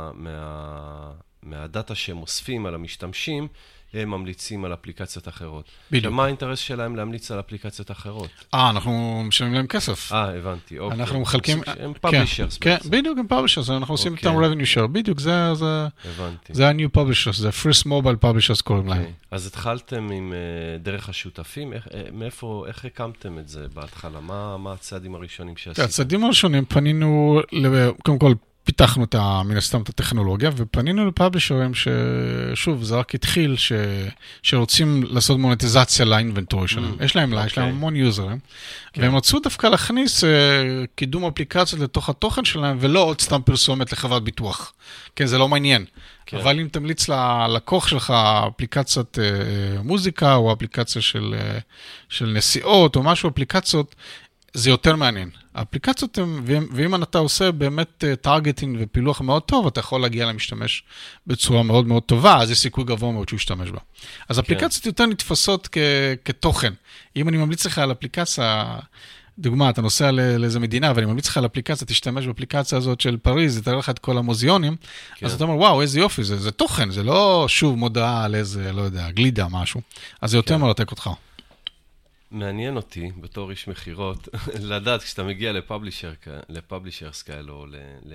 מהדאטה שהם אוספים על המשתמשים, הם ממליצים על אפליקציות אחרות. בדיוק. ומה האינטרס שלהם להמליץ על אפליקציות אחרות? אה, אנחנו משלמים להם כסף. אה, הבנתי, אוקיי. אנחנו מחלקים... הם פאבלישרס כן, בדיוק, הם פאבלישרס, אנחנו עושים איתם revenue share, בדיוק, זה... הבנתי. זה ה-new publishers, זה first mobile publishers קוראים להם. אז התחלתם עם דרך השותפים, מאיפה, איך הקמתם את זה בהתחלה? מה הצעדים הראשונים שעשיתם? הצעדים הראשונים פנינו, קודם כל, פיתחנו את מן הסתם את הטכנולוגיה, ופנינו לפאבלישרים ששוב, זה רק התחיל, ש... שרוצים לעשות מונטיזציה לאינבנטורי שלהם. Mm, יש להם, okay. יש להם המון יוזרים, okay. והם רצו דווקא להכניס uh, קידום אפליקציות לתוך התוכן שלהם, ולא עוד סתם פרסומת לחברת ביטוח. כן, זה לא מעניין. Okay. אבל אם תמליץ ללקוח שלך אפליקציית uh, מוזיקה, או אפליקציה של, uh, של נסיעות, או משהו, אפליקציות, זה יותר מעניין. האפליקציות, ואם אתה עושה באמת טרגטינג ופילוח מאוד טוב, אתה יכול להגיע למשתמש בצורה מאוד מאוד טובה, אז יש סיכוי גבוה מאוד שהוא ישתמש בה. אז אפליקציות יותר נתפסות כתוכן. אם אני ממליץ לך על אפליקציה, דוגמה, אתה נוסע לאיזו מדינה, ואני ממליץ לך על אפליקציה, תשתמש באפליקציה הזאת של פריז, תראה לך את כל המוזיאונים, אז אתה אומר, וואו, איזה יופי, זה תוכן, זה לא שוב מודעה על איזה, לא יודע, גלידה, משהו. אז זה יותר מרתק אותך. מעניין אותי, בתור איש מחירות, לדעת, כשאתה מגיע לפאבלישר, לפאבלישרס כאלה, או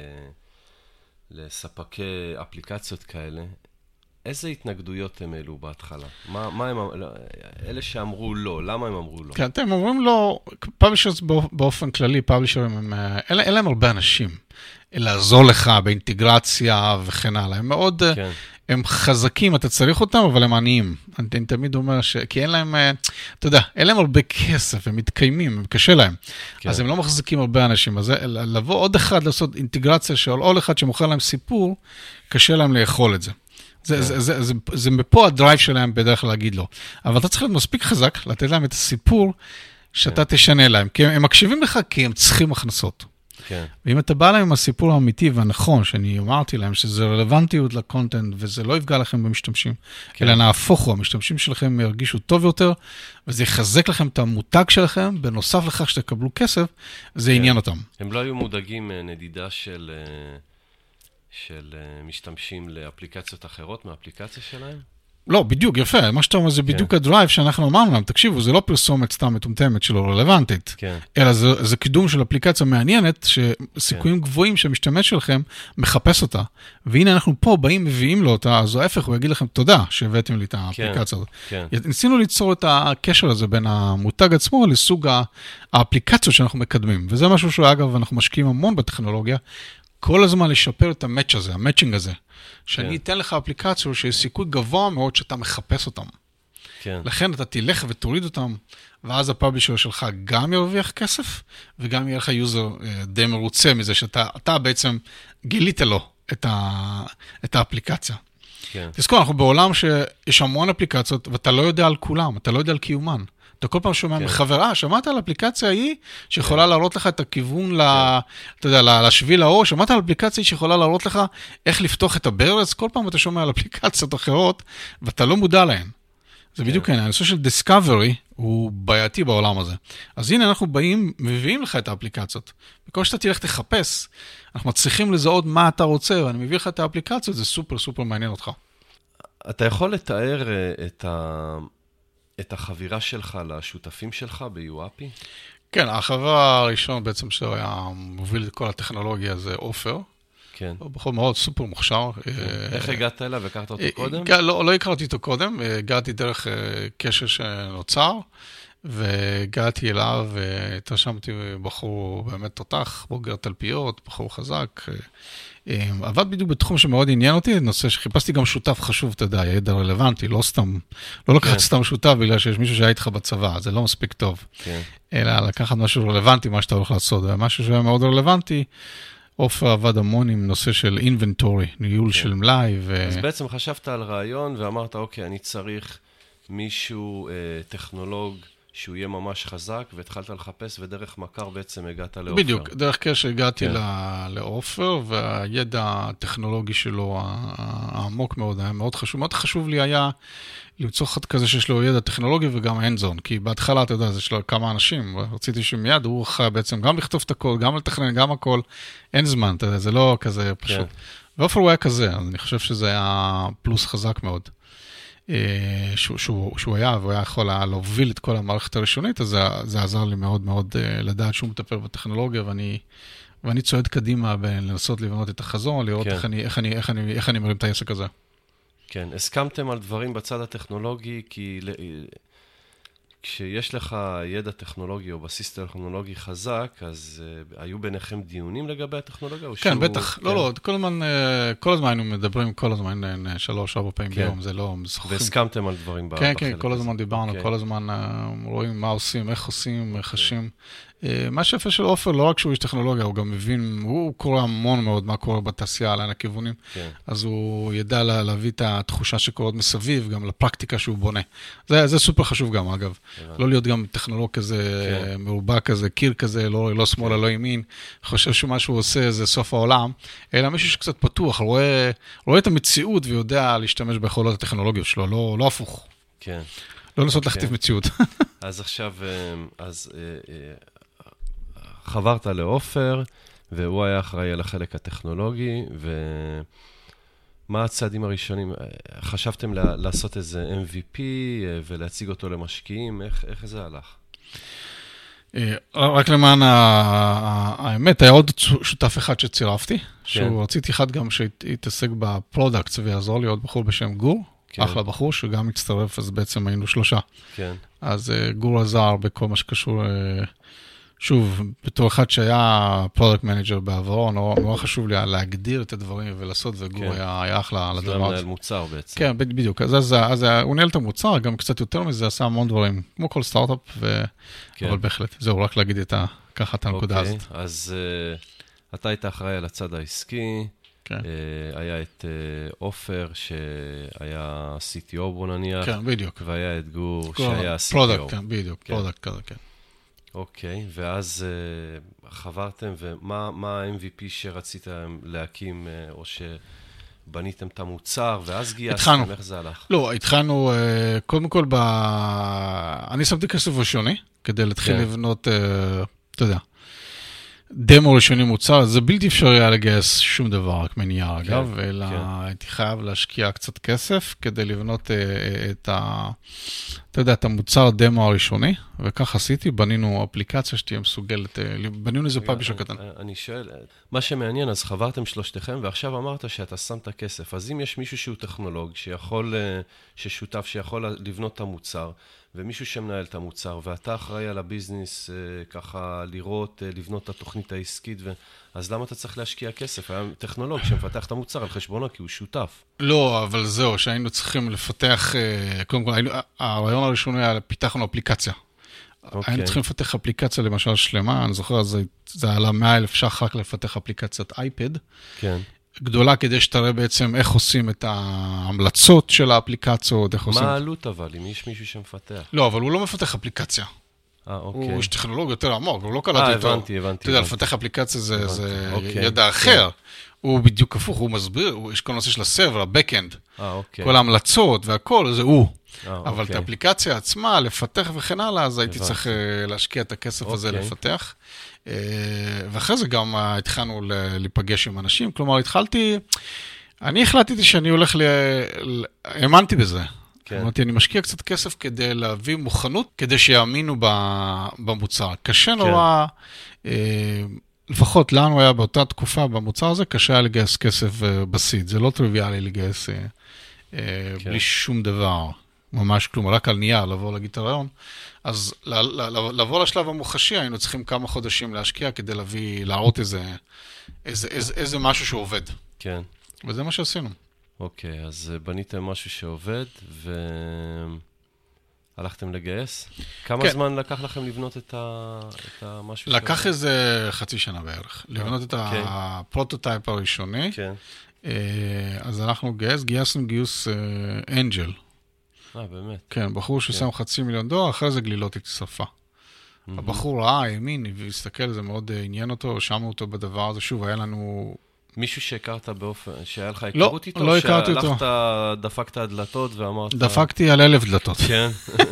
לספקי אפליקציות כאלה, איזה התנגדויות הם אלו בהתחלה? מה, מה הם, אלה שאמרו לא, למה הם אמרו לא? כן, אתם אומרים לא, פאבלישרס באופן כללי, פאבלישרים הם, אין להם הרבה אנשים, לעזור לך באינטגרציה וכן הלאה, הם מאוד... כן. הם חזקים, אתה צריך אותם, אבל הם עניים. אני, אני תמיד אומר ש... כי אין להם, אתה יודע, אין להם הרבה כסף, הם מתקיימים, הם קשה להם. כן. אז הם לא מחזיקים הרבה אנשים. אז לבוא עוד אחד לעשות אינטגרציה של עוד אחד שמוכר להם סיפור, קשה להם לאכול את זה. זה, כן. זה, זה, זה, זה, זה מפה הדרייב שלהם בדרך כלל להגיד לו. אבל אתה צריך להיות מספיק חזק, לתת להם את הסיפור שאתה כן. תשנה להם. כי הם, הם מקשיבים לך כי הם צריכים הכנסות. כן. ואם אתה בא להם עם הסיפור האמיתי והנכון, שאני אמרתי להם שזה רלוונטיות לקונטנט, וזה לא יפגע לכם במשתמשים, כן. אלא נהפוך הוא, המשתמשים שלכם ירגישו טוב יותר, וזה יחזק לכם את המותג שלכם, בנוסף לכך שתקבלו כסף, זה כן. עניין אותם. הם לא היו מודאגים נדידה של, של משתמשים לאפליקציות אחרות מהאפליקציה שלהם? לא, בדיוק, יפה. מה שאתה אומר זה בדיוק הדרייב שאנחנו אמרנו להם. תקשיבו, זה לא פרסומת סתם מטומטמת שלא רלוונטית, אלא זה קידום של אפליקציה מעניינת, שסיכויים גבוהים שהמשתמש שלכם מחפש אותה. והנה אנחנו פה באים, מביאים לו אותה, אז ההפך, הוא יגיד לכם תודה שהבאתם לי את האפליקציה הזאת. ניסינו ליצור את הקשר הזה בין המותג עצמו לסוג האפליקציות שאנחנו מקדמים. וזה משהו שאגב, אנחנו משקיעים המון בטכנולוגיה, כל הזמן לשפר את המאץ' הזה, המאצ'ינג הזה. שאני אתן לך אפליקציות שיש סיכוי גבוה מאוד שאתה מחפש אותם. כן. לכן אתה תלך ותוריד אותם, ואז הפאבלישר שלך גם ירוויח כסף, וגם יהיה לך יוזר די מרוצה מזה שאתה אתה בעצם גילית לו את, ה, את האפליקציה. כן. תזכור, אנחנו בעולם שיש המון אפליקציות, ואתה לא יודע על כולם, אתה לא יודע על קיומן. אתה כל פעם שומע מחברה, שמעת על האפליקציה ההיא, שיכולה להראות לך את הכיוון, אתה יודע, לשביל האור, שמעת על האפליקציה שיכולה להראות לך איך לפתוח את הברז, כל פעם אתה שומע על אפליקציות אחרות, ואתה לא מודע להן. זה בדיוק העניין. הנושא של Discovery הוא בעייתי בעולם הזה. אז הנה אנחנו באים, מביאים לך את האפליקציות. בכל שאתה תלך תחפש, אנחנו מצליחים לזהות מה אתה רוצה, ואני מביא לך את האפליקציות, זה סופר סופר מעניין אותך. אתה יכול לתאר את, ה... את החבירה שלך לשותפים שלך ב-יו איי פי? כן, החברה הראשונה בעצם שהוא היה מוביל את כל הטכנולוגיה זה אופר. כן. הוא בחור מאוד סופר מוכשר. איך הגעת אליו? הכרת אותו קודם? לא, לא הכרתי אותו קודם, הגעתי דרך קשר שנוצר, והגעתי אליו והתרשמתי בחור באמת תותח, בוגר תלפיות, בחור חזק. עבד בדיוק בתחום שמאוד עניין אותי, נושא שחיפשתי גם שותף חשוב, אתה יודע, ידע רלוונטי, לא סתם, לא לקחת סתם שותף בגלל שיש מישהו שהיה איתך בצבא, זה לא מספיק טוב. אלא לקחת משהו רלוונטי, מה שאתה הולך לעשות, ומשהו שהיה מאוד רלוונטי, אופר עבד המון עם נושא של אינבנטורי, ניהול של מלאי. אז בעצם חשבת על רעיון ואמרת, אוקיי, אני צריך מישהו טכנולוג, שהוא יהיה ממש חזק, והתחלת לחפש, ודרך מכר בעצם הגעת לאופר. בדיוק, דרך קשר הגעתי לאופר, והידע הטכנולוגי שלו העמוק מאוד, היה מאוד חשוב. מאוד חשוב לי היה למצוא אחד כזה שיש לו ידע טכנולוגי וגם הנדזון, כי בהתחלה, אתה יודע, זה של כמה אנשים, רציתי שמיד הוא חי בעצם גם לכתוב את הכל, גם לתכנן, גם הכל, אין זמן, אתה יודע, זה לא כזה פשוט. ואופר הוא היה כזה, אז אני חושב שזה היה פלוס חזק מאוד. שהוא, שהוא, שהוא היה, והוא היה יכול להוביל את כל המערכת הראשונית, אז זה, זה עזר לי מאוד מאוד לדעת שהוא מטפל בטכנולוגיה, ואני, ואני צועד קדימה לנסות לבנות את החזון, לראות כן. איך, אני, איך, אני, איך, אני, איך אני מרים את העסק הזה. כן, הסכמתם על דברים בצד הטכנולוגי, כי כשיש לך ידע טכנולוגי או בסיס טכנולוגי חזק, אז uh, היו ביניכם דיונים לגבי הטכנולוגיה? כן, שהוא, בטח. כן. לא, לא, כל הזמן, כל הזמן היינו מדברים, כל הזמן שלוש, ארבע פעמים כן. ביום, זה לא משוחחים. והסכמתם על דברים בחלק. כן, כן, כל הזמן דיברנו, כן. כל הזמן uh, רואים מה עושים, איך עושים, איך חשים. Uh, מה שיפה של אופר, לא רק שהוא איש טכנולוגיה, הוא גם מבין, הוא קורא המון מאוד מה קורה בתעשייה, לאן הכיוונים. כן. אז הוא ידע לה, להביא את התחושה שקורות מסביב, גם לפרקטיקה שהוא בונה. זה, זה סופר חשוב גם, אגב. לא להיות גם טכנולוג כזה, כן. מרובע כזה, קיר כזה, לא, לא שמאלה, כן. לא ימין, חושב שמה שהוא עושה זה סוף העולם, אלא מישהו שקצת פתוח, רואה, רואה את המציאות ויודע להשתמש ביכולות הטכנולוגיות שלו, לא, לא הפוך. כן. לא לנסות okay. להכתיב מציאות. אז עכשיו, אז חברת לאופר, והוא היה אחראי על החלק הטכנולוגי, ומה הצעדים הראשונים? חשבתם לעשות איזה אם וי פי ולהציג אותו למשקיעים? איך, איך זה הלך? רק למען האמת, היה עוד שותף אחד שצירפתי, שהוא רציתי אחד גם שהתעסק בפרודקטס ויעזור לי עוד בחור בשם גור, אחלה בחור שגם הצטרף, אז בעצם היינו שלושה. אז גור עזר בכל מה שקשור, שוב, בתור אחד שהיה פרודקט מנג'ר בעברו, נורא חשוב לי להגדיר את הדברים ולעשות, וגור היה אחלה על הדבר הזה. זה מנהל מוצר בעצם. כן, בדיוק. אז הוא נהל את המוצר, גם קצת יותר מזה, עשה המון דברים, כמו כל סטארט-אפ, אבל בהחלט, זהו, רק להגיד ככה את הנקודה הזאת. אוקיי, אז אתה היית אחראי על הצד העסקי, היה את אופר, שהיה סי טי או בו נניח. כן, בדיוק. והיה את גור, שהיה סי טי או. פרודקט, כן, בדיוק, פרודקט כזה, כן. אוקיי, ואז uh, חברתם, ומה ה-אם וי פי שרציתם להקים, uh, או שבניתם את המוצר, ואז גייסתם, איך זה הלך? לא, התחלנו, uh, קודם כל, ב... אני שמתי כסף ראשוני, כדי להתחיל כן. לבנות, uh, אתה יודע, דמו ראשוני מוצר, זה בלתי אפשרי היה לגייס שום דבר, רק מנייר, כן, אגב, אלא כן. הייתי חייב להשקיע קצת כסף, כדי לבנות uh, את ה... אתה יודע, את המוצר דמו הראשוני, וכך עשיתי, בנינו אפליקציה שתהיה מסוגלת, בנינו איזה פאבלישר קטן. אני שואל, מה שמעניין, אז חברתם שלושתכם, ועכשיו אמרת שאתה שם את הכסף, אז אם יש מישהו שהוא טכנולוג, שיכול, ששותף, שיכול לבנות את המוצר, ומישהו שמנהל את המוצר, ואתה אחראי על הביזנס, ככה לראות, לבנות את התוכנית העסקית, ו... אז למה אתה צריך להשקיע כסף? היה טכנולוג שמפתח את המוצר על חשבונו, כי הוא שותף. לא, אבל זהו, שהיינו צריכים לפתח, קודם כל, היינו, הרעיון הראשון היה, פיתחנו אפליקציה. Okay. היינו צריכים לפתח אפליקציה למשל שלמה, אני זוכר, זה, זה עלה מאה אלף שח רק לפתח אפליקציית אייפד. כן. גדולה כדי שתראה בעצם איך עושים את ההמלצות של האפליקציות, איך עושים... מה העלות אבל, אם יש מישהו שמפתח? לא, אבל הוא לא מפתח אפליקציה. אה, אוקיי. הוא טכנולוג יותר עמוק, הוא לא קלט יותר. אה, הבנתי, הבנתי. אתה יודע, לפתח אפליקציה זה ידע אחר. הוא בדיוק הפוך, הוא מסביר, הוא, יש כל נושא של הסרבר, ה-Backend, אה, אוקיי. כל ההמלצות והכל, זה הוא. אה, אבל אוקיי. את האפליקציה עצמה, לפתח וכן הלאה, אז הייתי הבנתי. צריך אה, להשקיע את הכסף הזה אוקיי. לפתח. אה, ואחרי זה גם אה, התחלנו ל- להיפגש עם אנשים, כלומר, התחלתי, אני החלטתי שאני הולך ל... ל- האמנתי בזה. כן. אמרתי, אני משקיע קצת כסף כדי להביא מוכנות, כדי שיאמינו ב- במוצר. קשה נורא, אה, לפחות לנו היה באותה תקופה במוצר הזה, קשה היה לגייס כסף אה, בסיד. זה לא טריוויאלי לגייס אה, אה, כן. בלי שום דבר. ממש כלום, רק על נייר, לבוא להגיד את הרעיון. אז ל- ל- לבוא לשלב המוחשי, היינו צריכים כמה חודשים להשקיע כדי להביא, להראות איזה, איזה, איזה, איזה משהו שעובד. כן. וזה מה שעשינו. אוקיי, אז אה, בניתם משהו שעובד, והלכתם לגייס. כמה כן. זמן לקח לכם לבנות את ה- את המשהו שעובד? לקח איזה חצי שנה בערך, לבנות את אוקיי. הפרוטוטייפ הראשוני. כן. אה, אז אנחנו גייס, גייסנו גיוס אה, אנג'ל. אה, באמת. כן, בחור ששם חצי מיליון דולר, אחרי זה גלילות הצטרפה. הבחור ראה, האמין, והסתכל, זה מאוד אה, עניין אותו, שמענו אותו בדבר הזה. שוב, היה לנו... מישהו שהכרת באופן, שהיה לך לא, היכרות איתו? לא הכרתי אותו. שהלכת, דפקת הדלתות ואמרת... דפקתי על אלף דלתות. כן.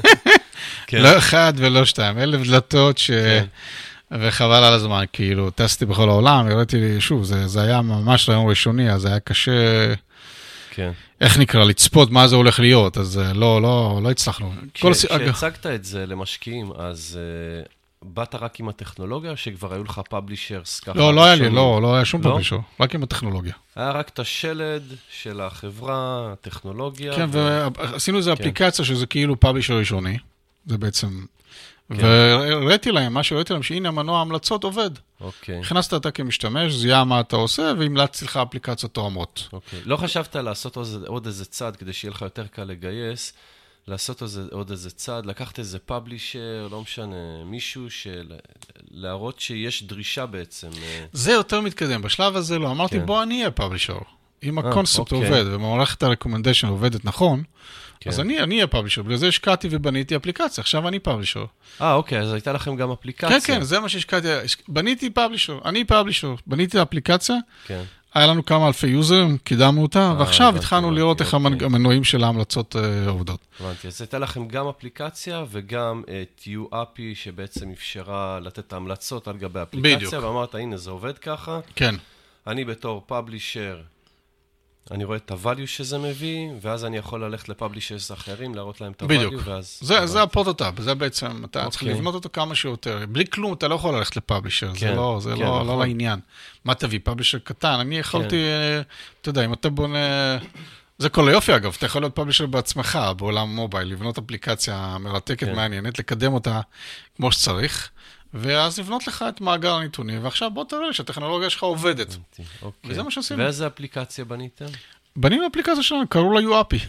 כן. לא אחד ולא שתיים, אלף דלתות ש... כן. וחבל על הזמן, כאילו, טסתי בכל העולם, הראיתי לי, שוב, זה, זה היה ממש רעיון ראשוני, אז היה קשה, כן. איך נקרא, לצפות מה זה הולך להיות, אז לא, לא, לא הצלחנו. כל כש- הס- אגב, כשהצגת את זה למשקיעים, אז uh, באת רק עם הטכנולוגיה, או שכבר היו לך פאבלישרס ככה? לא, לא היה לי, ראשונים? לא, לא היה שום לא? פאבלישר, רק עם הטכנולוגיה. היה רק את השלד של החברה, הטכנולוגיה. כן, ו- ועשינו איזו כן. אפליקציה שזה כאילו פאבלישר ראשוני, זה בעצם, כן. והראיתי להם, מה שהראיתי להם, שהנה המנוע ההמלצות עובד. אוקיי. הכנסת אתה כמשתמש, זיהה מה אתה עושה, והמלצתי לך אפליקציות תואמות. אוקיי. לא חשבת לעשות עוד, עוד איזה צעד כדי שיהיה לך יותר קל לגייס, לעשות איזה, עוד איזה צעד, לקחת איזה פאבלישר, לא משנה, מישהו של... להראות שיש דרישה בעצם. אה, זה יותר מתקדם. בשלב הזה לא, אמרתי, כן. בוא אני אהיה פאבלישר. אם אה, הקונספט אוקיי. עובד, ומערכת הרקומנדשן עובדת נכון, כן. אז אני אני אהיה פאבלישר. בגלל זה השקעתי ובניתי אפליקציה, עכשיו אני פאבלישר. אה, אוקיי, אז הייתה לכם גם אפליקציה. כן, כן, זה מה שהשקעתי. בניתי פאבלישר, אני פאבלישר. בניתי אפליקציה, כן. היה לנו כמה אלפי יוזרים, קידמנו אותה, ועכשיו הבנתי, התחלנו הבנתי, לראות איך אוקיי. המנועים של ההמלצות אה, עובדות. הבנתי, אז הייתה לכם גם אפליקציה וגם את יו איי פי שבעצם אפשרה לתת את ההמלצות על גבי האפליקציה, בדיוק. ואמרת, הנה זה עובד ככה, כן, אני בתור פאבלישר, אני רואה את ה-value שזה מביא, ואז אני יכול ללכת לפאבלישרס אחרים, להראות להם את בדיוק. ה-value, ואז... זה, זה הפרוטוטייפ, זה בעצם, אתה צריך אוקיי. לבנות אותו כמה שיותר. בלי כלום, אתה לא יכול ללכת לפאבלישר, זה כן, לא, זה כן, לא, נכון. לא לעניין. מה תביא? פאבלישר קטן? אני יכולתי, אה, אתה יודע, אם אתה בונה... זה כל היופי, אגב, אתה יכול להיות פאבלישר בעצמך, בעולם מובייל, לבנות אפליקציה מרתקת, כן. מעניינת, לקדם אותה כמו שצריך, ואז לבנות לך את מאגר הנתונים, ועכשיו בוא תראה שהטכנולוגיה שלך עובדת. הבנתי, אוקיי. וזה מה שעשינו. ואיזה אפליקציה בניתם? בנינו אפליקציה שלנו, קראו לה יו איי פי.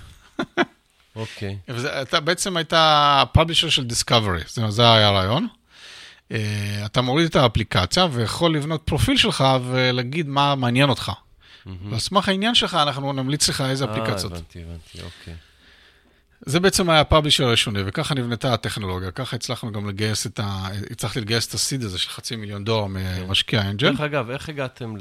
אוקיי, וזה אתה, בעצם הייתה פאבלישר של דיסקאברי, זה, זה היה הרעיון. Uh, אתה מוריד את האפליקציה ויכול לבנות פרופיל שלך ולהגיד מה מעניין אותך. ועל סמך העניין שלך אנחנו נמליץ לך איזה אפליקציות. אה, הבנתי, הבנתי, אוקיי. זה בעצם היה הפאבלישר הראשוני, וככה נבנתה הטכנולוגיה, ככה הצלחנו גם לגייס את ה... הצלחתי לגייס את הסיד הזה של חצי מיליון דולר ממשקיע אנג'ל. דרך אגב, איך הגעתם ל...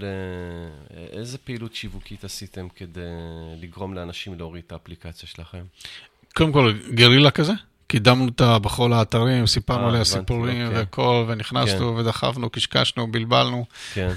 איזה פעילות שיווקית עשיתם כדי לגרום לאנשים להוריד את האפליקציה שלכם? קודם כל, גרילה כזה, קידמנו אותה בכל האתרים, סיפרנו אה, עליה הבנתי, סיפורים אוקיי. וכל, ונכנסנו ודחפנו, קשקשנו, בלבלנו, כן,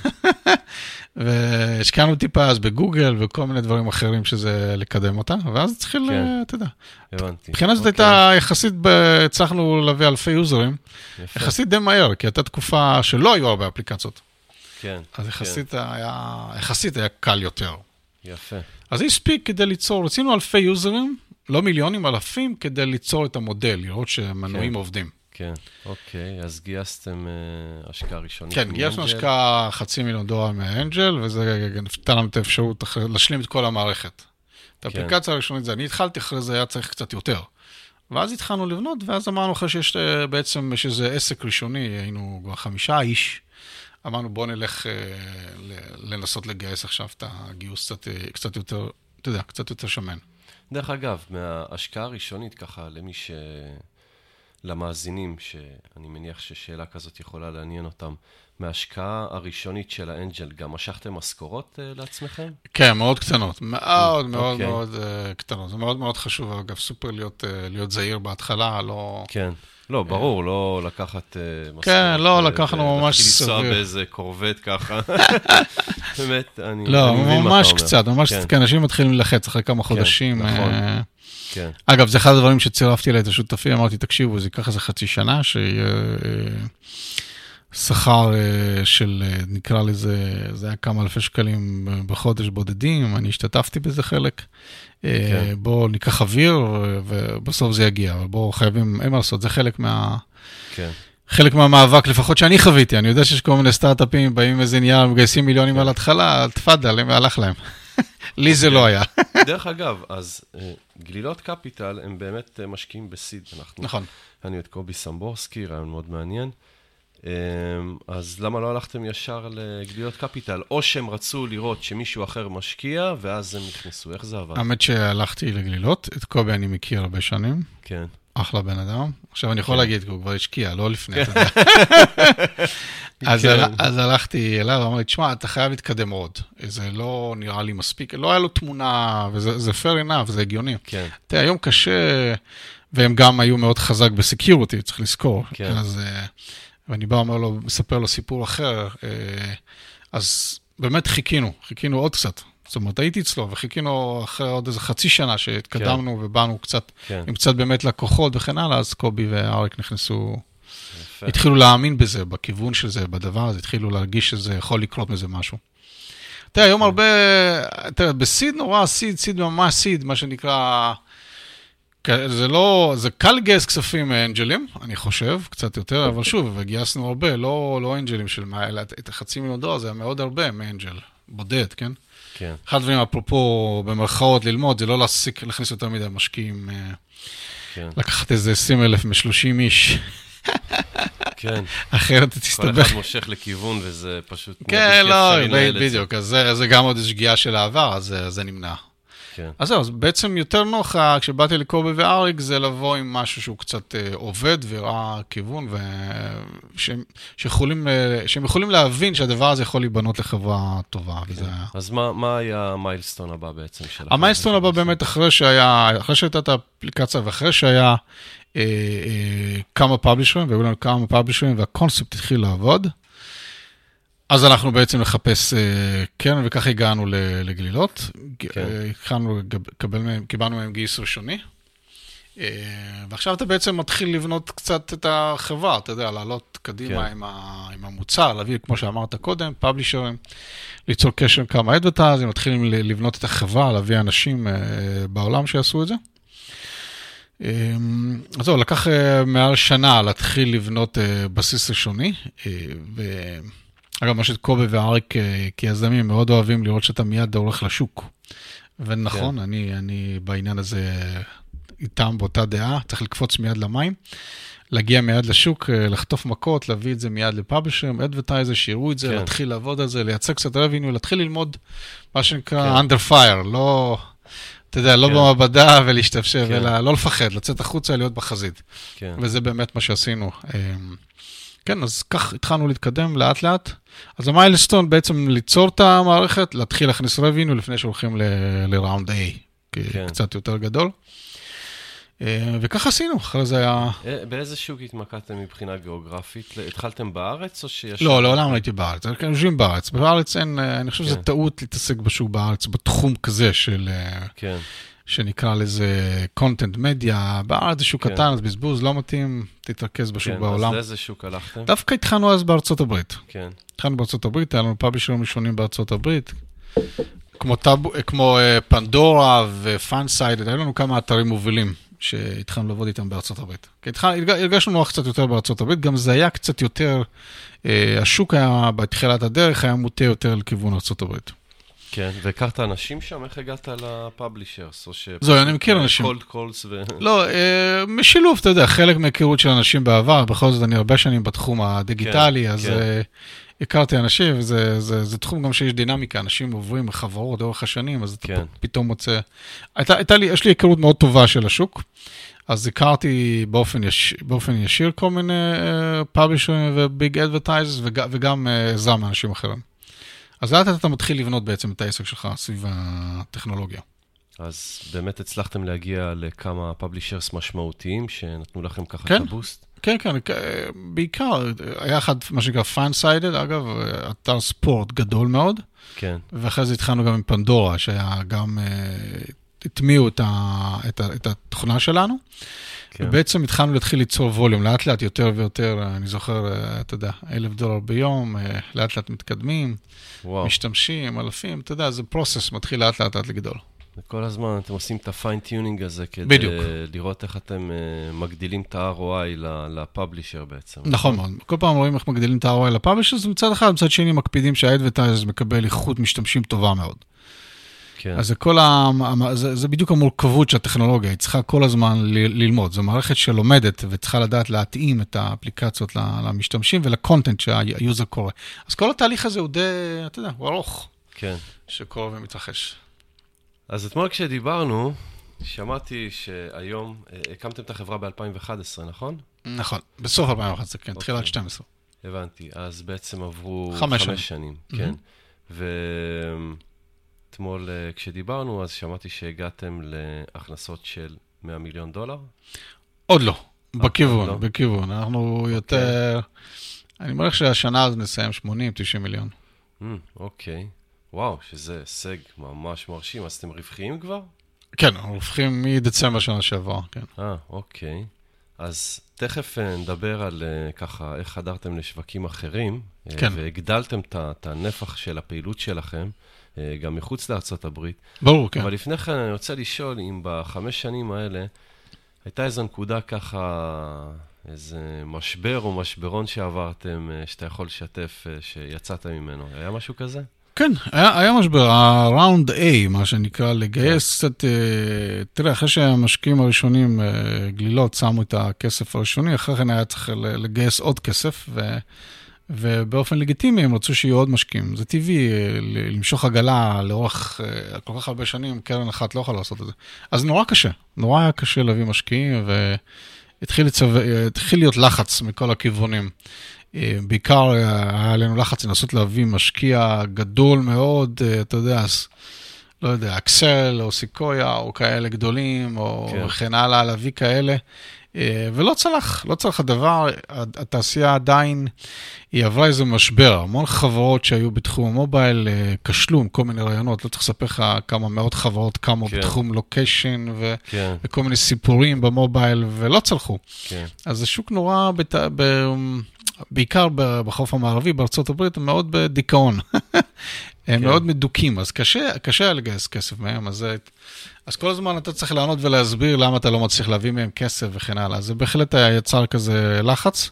והשקענו טיפה אז בגוגל וכל מיני דברים אחרים שזה לקדם אותה, ואז התחיל, כן. אה, אתה יודע. הבנתי. מבחינה זאת אוקיי, הייתה יחסית, ב- הצלחנו להביא אלפי יוזרים, יפה. יחסית די מהר, כי הייתה תקופה שלא היו הרבה אפליקציות, כן, אז יחסית היה, יחסית היה קל יותר. יפה. אז זה הספיק כדי ליצור, רצינו אלפי יוזרים, לא מיליונים, אלפים, כדי ליצור את המודל, לראות שמנועים כן. עובדים. כן, אוקיי, אז גייסתם אה, השקעה ראשונית. כן, גייסנו מאנג'ל. השקעה חצי מיליון דולר מהאנג'ל, וזה נתן לנו את האפשרות אחרי- להשלים את כל המערכת. את האפליקציה הראשונית זה, אני התחלתי אחרי זה, היה צריך קצת יותר. ואז התחלנו לבנות, ואז אמרנו אחרי שיש אה, בעצם, יש איזה עסק ראשוני, היינו כבר חמישה איש, אמרנו בוא נלך אה, ל- לנסות לגייס עכשיו את הגיוס קצת, אה, קצת יותר, אתה יודע, קצת יותר שמן. דרך אגב, מההשקעה הראשונית ככה, למי ש... למאזינים, שאני מניח ששאלה כזאת יכולה לעניין אותם, מההשקעה הראשונית של האנג'ל, גם משכתם משכורות uh, לעצמכם? כן, מאוד קטנות, מאוד מאוד okay. מאוד uh, קטנות. זה מאוד מאוד חשוב, אגב, סופר להיות, uh, להיות זהיר בהתחלה, לא... כן, לא, ברור, לא לקחת uh, משכורת. כן, לא, לקחנו ממש סביר. להתחיל לנסוע באיזה קורבט ככה. באמת, אני מבין לא, מה אתה אומר. ממש קצת, ממש קצת, כי אנשים מתחילים ללחץ אחרי כמה חודשים. נכון, כן. אגב, זה אחד הדברים שצירפתי לה את השותפים, אמרתי, תקשיבו, זה ייקח איזה חצי שנה, שיהיה שכר של, נקרא לזה, זה היה כמה אלפי שקלים בחודש בודדים, אני השתתפתי בזה חלק. בואו ניקח אוויר, ובסוף זה יגיע, אבל בואו חייבים, אין מה לעשות, זה חלק מה... כן. חלק מהמאבק, לפחות שאני חוויתי, אני יודע שיש כל מיני סטארט-אפים, באים עם איזה נייר, מגייסים מיליונים על התחלה, תפדל, הלך להם. לי זה לא היה. דרך אגב, אז גלילות קפיטל הם באמת משקיעים בסיד. נכון. אני את קובי סמבורסקי, רעיון מאוד מעניין. אז למה לא הלכתם ישר לגלילות קפיטל? או שהם רצו לראות שמישהו אחר משקיע, ואז הם נכנסו. איך זה עבד? האמת שהלכתי לגלילות, את קובי אני מכיר הרבה שנים. כן. אחלה בן אדם. עכשיו אני יכול להגיד, הוא כבר השקיע, לא לפני, אתה יודע. אז הלכתי אליו, ואמר לי, תשמע, אתה חייב להתקדם עוד. זה לא נראה לי מספיק, לא היה לו תמונה, וזה fair enough, זה הגיוני. כן. תראה, היום קשה, והם גם היו מאוד חזק בסקיוריטי, צריך לזכור. כן. אז, ואני בא, אומר לו, מספר לו סיפור אחר, אז באמת חיכינו, חיכינו עוד קצת. זאת אומרת, הייתי אצלו, וחיכינו אחרי עוד איזה חצי שנה שהתקדמנו, כן. ובאנו קצת, כן. עם קצת באמת לקוחות וכן הלאה, אז קובי ואריק נכנסו, יפה. התחילו להאמין בזה, בכיוון של זה, בדבר הזה, התחילו להרגיש שזה יכול לקרות מזה משהו. תראה, היום הרבה, תראה, בסיד נורא, סיד, סיד ממש סיד, מה שנקרא, זה לא, זה קל לגייס כספים מאנג'לים, אני חושב, קצת יותר, אבל שוב, גייסנו הרבה, לא, לא אנג'לים של מה, אלא את החצי מיליון דולר, זה היה מאוד הרבה מאנג'ל, בודד, כן? כן. אחד הדברים, אפרופו, במרכאות ללמוד, זה לא להסיק, להכניס יותר מדי משקיעים, כן. לקחת איזה עשרים אלף משלושים איש. כן. אחרת תסתבך. כל אחד מושך לכיוון, וזה פשוט... כן, לא, בדיוק, אז זה, זה גם עוד שגיאה של העבר, אז זה נמנע. כן. אז זהו, אז בעצם יותר נוח, כשבאתי לקובי ואריק, זה לבוא עם משהו שהוא קצת עובד וראה כיוון, ושהם יכולים, שהם יכולים להבין שהדבר הזה יכול להיבנות לחברה טובה. כן. וזה... אז מה, מה היה המיילסטון הבא בעצם שלכם? המיילסטון הבא באמת אחרי שהיה, אחרי שהייתה את האפליקציה, ואחרי שהיה אה, אה, כמה פאבלישרים, והיו לנו כמה פאבלישרים, והקונספט התחיל לעבוד, אז אנחנו בעצם לחפש קרן, וכך הגענו לגלילות. קיבלנו מהם גיוס ראשוני. ועכשיו אתה בעצם מתחיל לבנות קצת את החברה, אתה יודע, לעלות קדימה עם המוצר, להביא, כמו שאמרת קודם, פאבלישרים, ליצור קשר עם כמה אדברטייזרים, מתחילים לבנות את החברה, להביא אנשים בעולם שיעשו את זה. אז זהו, לקח מעל שנה להתחיל לבנות בסיס ראשוני, ו... אגב, מה שקובי ואריק כיזמים מאוד אוהבים לראות שאתה מיד הולך לשוק. ונכון, כן. אני, אני בעניין הזה איתם באותה דעה, צריך לקפוץ מיד למים, להגיע מיד לשוק, לחטוף מכות, להביא את זה מיד לפאבלישרים, אדברטייזר, שיראו את זה, כן. להתחיל לעבוד על זה, לייצג קצת רוויניו, להתחיל ללמוד מה שנקרא כן. under fire, לא, אתה יודע, לא כן. במעבדה ולהשתפשב, כן. אלא לא לפחד, לצאת החוצה, להיות בחזית. כן. וזה באמת מה שעשינו. כן, אז כך התחלנו להתקדם לאט לאט. אז המיילסטון בעצם ליצור את המערכת, להתחיל להכניס רוויניו לפני שהולכים לראונד A, כן. קצת יותר גדול. וכך עשינו, אחרי זה היה... באיזה שוק התמקדתם מבחינה גיאוגרפית? התחלתם בארץ או שיש... לא, לעולם לא הייתי בארץ, אנחנו יושבים בארץ. בארץ אין, אני חושב שזו טעות להתעסק בשוק בארץ, בתחום כזה של... כן. שנקרא לזה content media, בארץ זה שוק קטן, אז בזבוז לא מתאים, תתרכז בשוק בעולם. אז לאיזה שוק הלכתם? דווקא התחלנו אז בארצות הברית. כן. התחלנו בארצות הברית, היה לנו פאבלישרים ראשונים בארצות הברית, כמו פנדורה ופאנסייד, היו לנו כמה אתרים מובילים שהתחלנו לעבוד איתם בארצות הברית. הרגשנו נוח קצת יותר בארצות הברית, גם זה היה קצת יותר, השוק היה בתחילת הדרך, היה מוטה יותר לכיוון ארצות הברית. כן, והכרת אנשים שם? איך הגעת לפאבלישרס? זהו, אני מכיר אנשים. קולד קולס ו... לא, משילוב, אתה יודע, חלק מהכירות של אנשים בעבר, בכל זאת אני הרבה שנים בתחום הדיגיטלי, אז הכרתי אנשים, וזה תחום גם שיש דינמיקה, אנשים עוברים בחברות לאורך השנים, אז אתה פתאום מוצא... יש לי הכירות מאוד טובה של השוק, אז הכרתי באופן, יש, באופן ישיר כל מיני פאבלישרים וביג אדברטייזרס, וגם עזרה מאנשים אחרים. אז לאט אתה מתחיל לבנות בעצם את העסק שלך סביב הטכנולוגיה. אז באמת הצלחתם להגיע לכמה פאבלישרס משמעותיים שנתנו לכם ככה כן? את הבוסט? כן, כן, בעיקר, היה אחד מה שנקרא Fansided, אגב, אתר ספורט גדול מאוד. כן. ואחרי זה התחלנו גם עם פנדורה, שהיה גם, התמיעו את, את, את התוכנה שלנו. כן. ובעצם התחלנו להתחיל ליצור ווליום, לאט לאט יותר ויותר, אני זוכר, אתה יודע, אלף דולר ביום, לאט לאט מתקדמים, וואו. משתמשים, אלפים, אתה יודע, זה פרוסס, מתחיל לאט לאט לאט לגדול. וכל הזמן אתם עושים את הפיין-טיונינג הזה, כדי בדיוק. לראות איך אתם מגדילים את ה-אר או איי לפאבלישר בעצם. נכון מאוד. כל פעם רואים איך מגדילים את ה-אר או איי לפאבלישר, זה מצד אחד, מצד שני מקפידים שהאדברטייזר מקבל איכות משתמשים טובה מאוד. כן. אז זה, כל ה... זה, זה בדיוק המורכבות של הטכנולוגיה, היא צריכה כל הזמן ל- ללמוד. זו מערכת שלומדת וצריכה לדעת להתאים את האפליקציות למשתמשים ולקונטנט שהיוזר קורא. אז כל התהליך הזה הוא די, אתה יודע, הוא ארוך. כן. שקורה ומתרחש. אז אתמול כשדיברנו, שמעתי שהיום, הקמתם את החברה ב-אלפיים ואחת עשרה, נכון? נכון, בסוף אלפיים ואחת עשרה, כן, תחילת שתים עשרה. הבנתי, אז בעצם עברו חמש חמש שנים, כן. ואתמול כשדיברנו, אז שמעתי שהגעתם להכנסות של מאה מיליון דולר? עוד לא, בכיוון, בכיוון. אנחנו יותר, אני מעריך שהשנה אז נסיים שמונים תשעים מיליון. אוקיי. וואו, שזה הישג ממש מרשים. אז אתם רווחיים כבר? כן, רווחים מדצמבר שנה שעבר, כן. אה, אוקיי. אז תכף נדבר על ככה, איך חדרתם לשווקים אחרים, כן. והגדלתם את הנפח של הפעילות שלכם, גם מחוץ לארצות הברית. ברור, כן. אבל לפני כן אני רוצה לשאול אם בחמש שנים האלה, הייתה איזו נקודה ככה, איזה משבר או משברון שעברתם, שאתה יכול לשתף, שיצאתם ממנו. היה משהו כזה? כן, היה, היה משבר, ה-Round A, מה שנקרא, לגייס קצת, תראה, אחרי שהמשקיעים הראשונים, גלילות, שמו את הכסף הראשוני, אחרי כן היה צריך לגייס עוד כסף, ו, ובאופן לגיטימי הם רצו שיהיו עוד משקיעים. זה טבעי, למשוך עגלה לאורך כל כך הרבה שנים, קרן אחת לא יכולה לעשות את זה. אז נורא קשה, נורא היה קשה להביא משקיעים, והתחיל לצו... להיות לחץ מכל הכיוונים. בעיקר היה עלינו לחץ לנסות להביא משקיע גדול מאוד, אתה יודע, לא יודע, אקסל או סיקויה או כאלה גדולים, או כן. וכן הלאה, להביא כאלה, ולא צלח, לא צלח הדבר, התעשייה עדיין, היא עברה איזה משבר, המון חברות שהיו בתחום המובייל, כשלו עם כל מיני רעיונות, לא צריך לספר לך כמה מאות חברות קמו כן. בתחום לוקיישן, ו- כן. וכל מיני סיפורים במובייל, ולא צלחו. כן. אז זה שוק נורא, בת... ב... בעיקר בחוף המערבי, בארצות הברית, הם מאוד בדיכאון. הם מאוד מדוקים, אז קשה, קשה לגייס כסף מהם, אז, אז כל הזמן אתה צריך לענות ולהסביר למה אתה לא מצליח להביא מהם כסף וכן הלאה. זה בהחלט היה יצר כזה לחץ,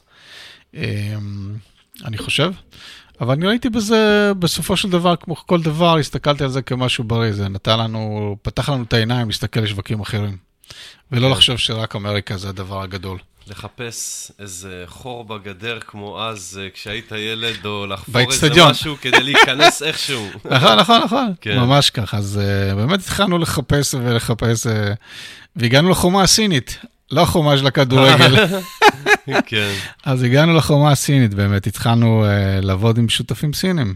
אני חושב. אבל אני ראיתי בזה, בסופו של דבר, כמו כל דבר, הסתכלתי על זה כמשהו בריא. זה נתן לנו, פתח לנו את העיניים להסתכל לשווקים אחרים. ולא לחשוב שרק אמריקה זה הדבר הגדול. לחפש איזה חור בגדר כמו אז, כשהיית ילד, או לחפור איזה משהו כדי להיכנס איכשהו. נכון, נכון, נכון. ממש ככה. אז באמת התחלנו לחפש ולחפש, והגענו לחומה הסינית, לא החומה של הכדורגל. כן. אז הגענו לחומה הסינית, באמת התחלנו לעבוד עם שותפים סינים.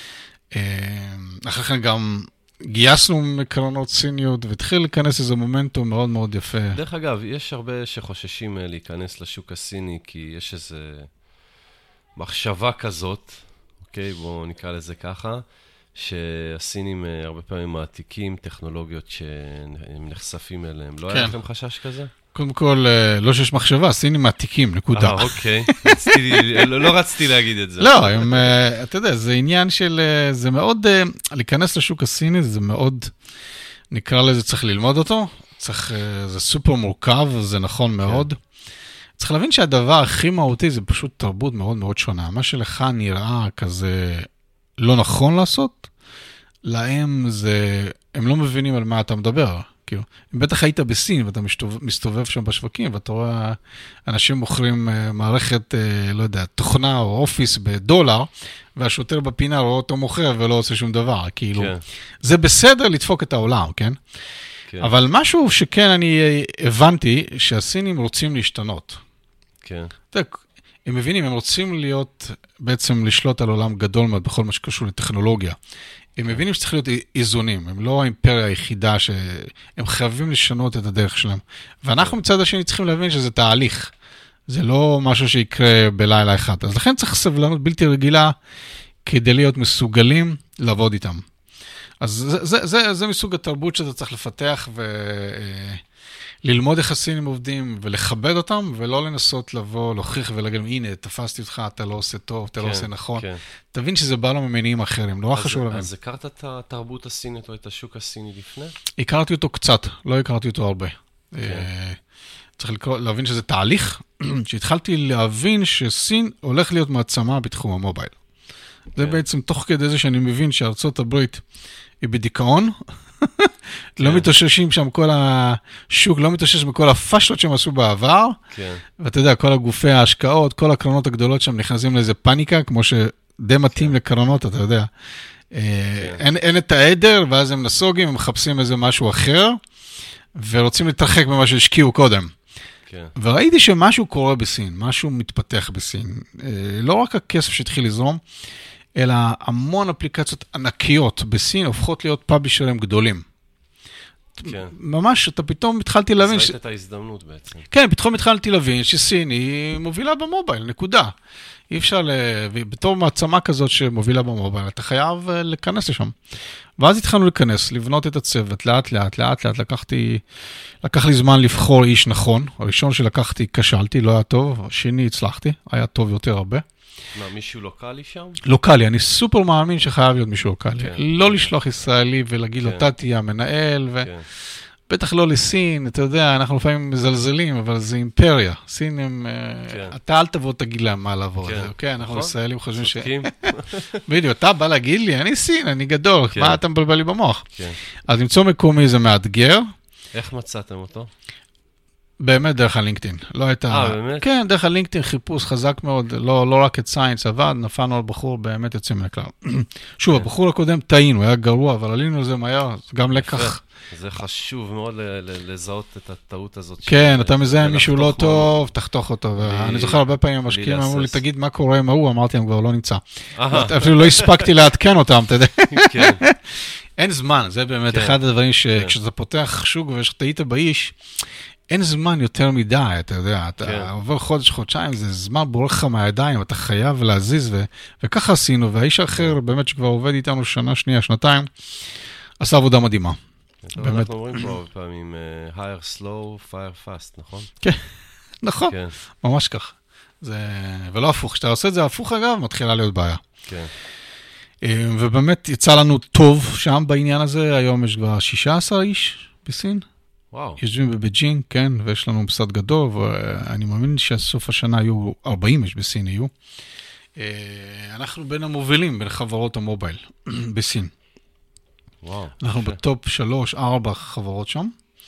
אחרי כן גם גייסנו מקרנות סיניות, והתחיל להיכנס איזה מומנטום מאוד מאוד יפה. דרך אגב, יש הרבה שחוששים להיכנס לשוק הסיני, כי יש איזו מחשבה כזאת, אוקיי, בואו נקרא לזה ככה, שהסינים הרבה פעמים מעתיקים טכנולוגיות שהם נחשפים אליהם. לא כן. היה לכם חשש כזה? קודם כל, לא שיש מחשבה, הסינים מעתיקים, נקודה. אה, אוקיי. רציתי, לא, לא רציתי להגיד את זה. לא, הם, אתה יודע, זה עניין של, זה מאוד, להיכנס לשוק הסיני, זה מאוד, נקרא לזה, צריך ללמוד אותו, צריך, זה סופר מורכב, זה נכון מאוד. צריך להבין שהדבר הכי מהותי זה פשוט תרבות מאוד מאוד שונה. מה שלך נראה כזה לא נכון לעשות, להם זה, הם לא מבינים על מה אתה מדבר. כאילו, אם בטח היית בסין ואתה מסתובב, מסתובב שם בשווקים, ואתה רואה אנשים מוכרים מערכת, לא יודע, תוכנה או אופיס בדולר, והשוטר בפינה רואה אותו מוכר ולא עושה שום דבר. כאילו, כן. זה בסדר לדפוק את העולם, כן? כן. אבל משהו שכן אני הבנתי, שהסינים רוצים להשתנות. כן. הם מבינים, הם רוצים להיות, בעצם לשלוט על עולם גדול מאוד בכל מה שקשור לטכנולוגיה. הם מבינים שצריך להיות איזונים, הם לא האימפריה היחידה שהם חייבים לשנות את הדרך שלהם. ואנחנו מצד השני צריכים להבין שזה תהליך. זה לא משהו שיקרה בלילה אחד. אז לכן צריך סבלנות בלתי רגילה כדי להיות מסוגלים לעבוד איתם. אז זה, זה, זה, זה מסוג התרבות שאתה צריך לפתח וללמוד איך הסינים עובדים ולכבד אותם, ולא לנסות לבוא, להוכיח ולהגיד, הנה, תפסתי אותך, אתה לא עושה טוב, אתה כן, לא עושה נכון. כן. תבין שזה בא לו ממניעים אחרים, נורא חשוב להבין. אז הכרת את התרבות הסינית או את השוק הסיני לפני? הכרתי אותו קצת, לא הכרתי אותו הרבה. כן. צריך לקרוא, להבין שזה תהליך, שהתחלתי להבין שסין הולך להיות מעצמה בתחום המובייל. כן. זה בעצם תוך כדי זה שאני מבין שארצות הברית היא בדיכאון, כן. לא מתאוששים שם כל השוק, לא מתאושש בכל הפשלות שהם עשו בעבר, כן. ואתה יודע, כל הגופי ההשקעות, כל הקרנות הגדולות שם נכנסים לאיזה פאניקה, כמו שדי מתאים כן. לקרנות, אתה יודע. כן. אין, אין את העדר, ואז הם נסוגים, הם מחפשים איזה משהו אחר, ורוצים להתרחק ממה שהשקיעו קודם. כן. וראיתי שמשהו קורה בסין, משהו מתפתח בסין. לא רק הכסף שהתחיל לזרום, אלא המון אפליקציות ענקיות בסין הופכות להיות פאבלישרים גדולים. כן. ממש, אתה פתאום התחלתי להבין... אז ראית את ההזדמנות בעצם. כן, פתאום התחלתי להבין שסין היא מובילה במובייל, נקודה. אי אפשר, בתור מעצמה כזאת שמובילה במובייל, אתה חייב להיכנס לשם. ואז התחלנו להיכנס, לבנות את הצוות, לאט לאט, לאט לאט, לקחתי, לקח לי זמן לבחור איש נכון. הראשון שלקחתי, כשלתי, לא היה טוב, השני הצלחתי, היה טוב יותר הרבה. מה, מישהו לוקלי שם? לוקלי, אני סופר מאמין שחייב להיות מישהו לוקלי. כן. לא לשלוח ישראלי ולהגיד לו, אתה תהיה המנהל, ובטח לא לסין, אתה יודע, אנחנו לפעמים מזלזלים, אבל זה אימפריה. סין הם, כן. אתה אל תבוא תגיד להם מה לעבור. כן, אוקיי, אנחנו נכון? ישראלים חושבים ש... בדיוק, אתה בא להגיד לי, אני סין, אני גדול, כן. מה אתה מבלבל לי במוח? כן. אז למצוא מקומי זה מאתגר. איך מצאתם אותו? באמת דרך הלינקדאין, לא הייתה... אה, באמת? כן, דרך הלינקדאין חיפוש חזק מאוד, לא, לא רק את סיינס, עבד, נפלנו על בחור באמת יוצא מן הכלל. שוב, הבחור הקודם טעינו, היה גרוע, אבל עלינו על זה מהר, גם לקח... זה חשוב מאוד לזהות את הטעות הזאת. כן, אתה מזהה מישהו לא טוב, תחתוך אותו, ואני זוכר הרבה פעמים המשקיעים אמרו לי, תגיד מה קורה עם ההוא, אמרתי להם כבר לא נמצא. אפילו לא הספקתי לעדכן אותם, אתה יודע. כן. אין זמן, זה באמת אחד הדברים שכשאתה פותח שוק ושתהית באיש, אין זמן יותר מדי, אתה יודע, אתה כן. עובר חודש, חודשיים, זה זמן בורח לך מהידיים, אתה חייב להזיז, ו... וככה עשינו, והאיש האחר, באמת שכבר עובד איתנו שנה, שנייה, שנתיים, עשה עבודה מדהימה. טוב, באמת. אנחנו אומרים פה הרבה פעמים, uh, hire slow, fire fast, נכון? כן, נכון, כן. ממש כך. זה... ולא הפוך, כשאתה עושה את זה הפוך אגב, מתחילה להיות בעיה. כן. ובאמת יצא לנו טוב שם בעניין הזה, היום יש כבר שישה עשר איש בסין. וואו. יושבים בבייג'ינג, כן, ויש לנו משרד גדול, ואני מאמין שסוף השנה היו ארבעים איש בסין היו. אנחנו בין המובילים, בין חברות המובייל בסין. וואו. אנחנו בטופ שלוש, ארבע חברות שם.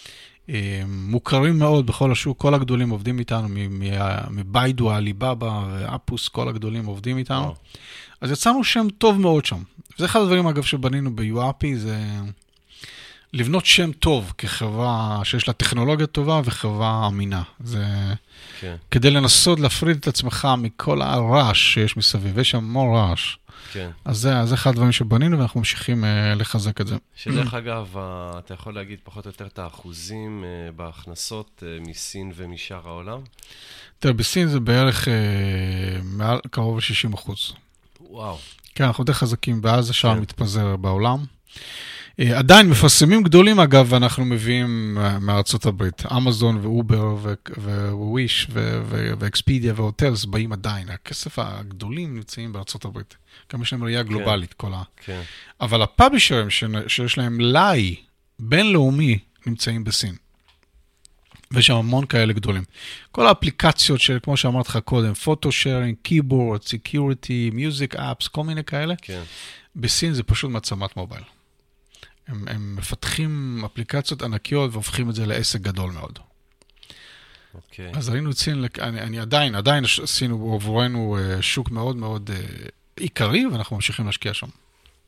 מוכרים מאוד בכל השוק, כל הגדולים עובדים איתנו, מביידו, אליבאבא ואפוס, כל הגדולים עובדים איתנו. וואו. אז יצאנו שם טוב מאוד שם. זה אחד הדברים, אגב, שבנינו ב-יו אר פי, זה... לבנות שם טוב כחברה שיש לה טכנולוגיה טובה וחברה אמינה. זה כן. כדי לנסות להפריד את עצמך מכל הרעש שיש מסביב, יש שם המון רעש. כן. אז זה, זה אחד הדברים שבנינו ואנחנו ממשיכים uh, לחזק את זה. שדרך אגב, אתה יכול להגיד פחות או יותר את האחוזים uh, בהכנסות uh, מסין ומשאר העולם? תראה, בסין זה בערך uh, מעל קרוב ל-שישים אחוז. וואו. כן, אנחנו די חזקים, ואז השאר כן. מתפזר בעולם. עדיין מפרסמים גדולים, אגב, אנחנו מביאים מארצות הברית. אמזון ואובר וויש ואקספידיה והוטלס באים עדיין. הכסף הגדולים נמצאים בארצות הברית. גם יש להם ראייה גלובלית כל ה... אבל הפאבלישרים שיש להם לי בינלאומי נמצאים בסין. ויש שם המון כאלה גדולים. כל האפליקציות של, כמו שאמרת לך קודם, פוטו שיירינג, קיבורד, סקיוריטי, מיוזיק אפס, כל מיני כאלה. בסין זה פשוט מעצמת מובייל. הם, הם מפתחים אפליקציות ענקיות והופכים את זה לעסק גדול מאוד. אוקיי. אז היינו יוצאים, אני, אני עדיין, עדיין עשינו עבורנו שוק מאוד מאוד עיקרי, ואנחנו ממשיכים להשקיע שם.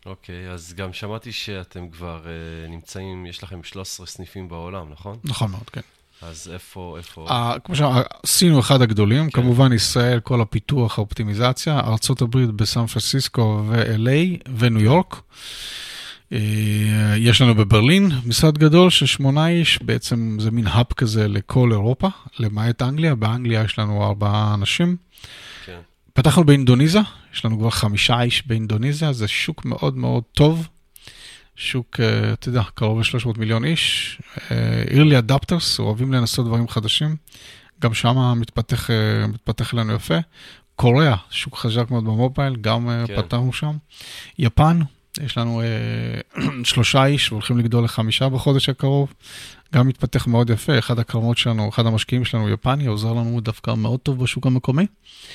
אוקיי, אז גם שמעתי שאתם כבר uh, נמצאים, יש לכם שלושה עשר סניפים בעולם, נכון? נכון מאוד, כן. אז איפה, איפה? Uh, כמו שאמר, עשינו אחד הגדולים, כן. כמובן ישראל, כל הפיתוח, האופטימיזציה, ארצות הברית בסן פרנסיסקו ו-אל איי וניו יורק. Uh, יש לנו בברלין משרד גדול של שמונה איש, בעצם זה מין האב כזה לכל אירופה, למעט אנגליה, באנגליה יש לנו ארבעה אנשים. כן. פתחנו באינדוניזיה, יש לנו כבר חמישה איש באינדוניזיה, זה שוק מאוד מאוד טוב, שוק, אתה יודע, קרוב ל-שלוש מאות מיליון איש, early adapters, אוהבים לנסות דברים חדשים, גם שם מתפתח, מתפתח לנו יפה. קוריאה, שוק חזק מאוד במובייל, גם כן. פתחנו שם. יפן, יש לנו שלושה איש, והולכים לגדול לחמישה בחודש הקרוב, גם מתפתח מאוד יפה, אחד הקרמות שלנו, אחד המשקיעים שלנו יפני, עוזר לנו דווקא מאוד טוב בשוק המקומי.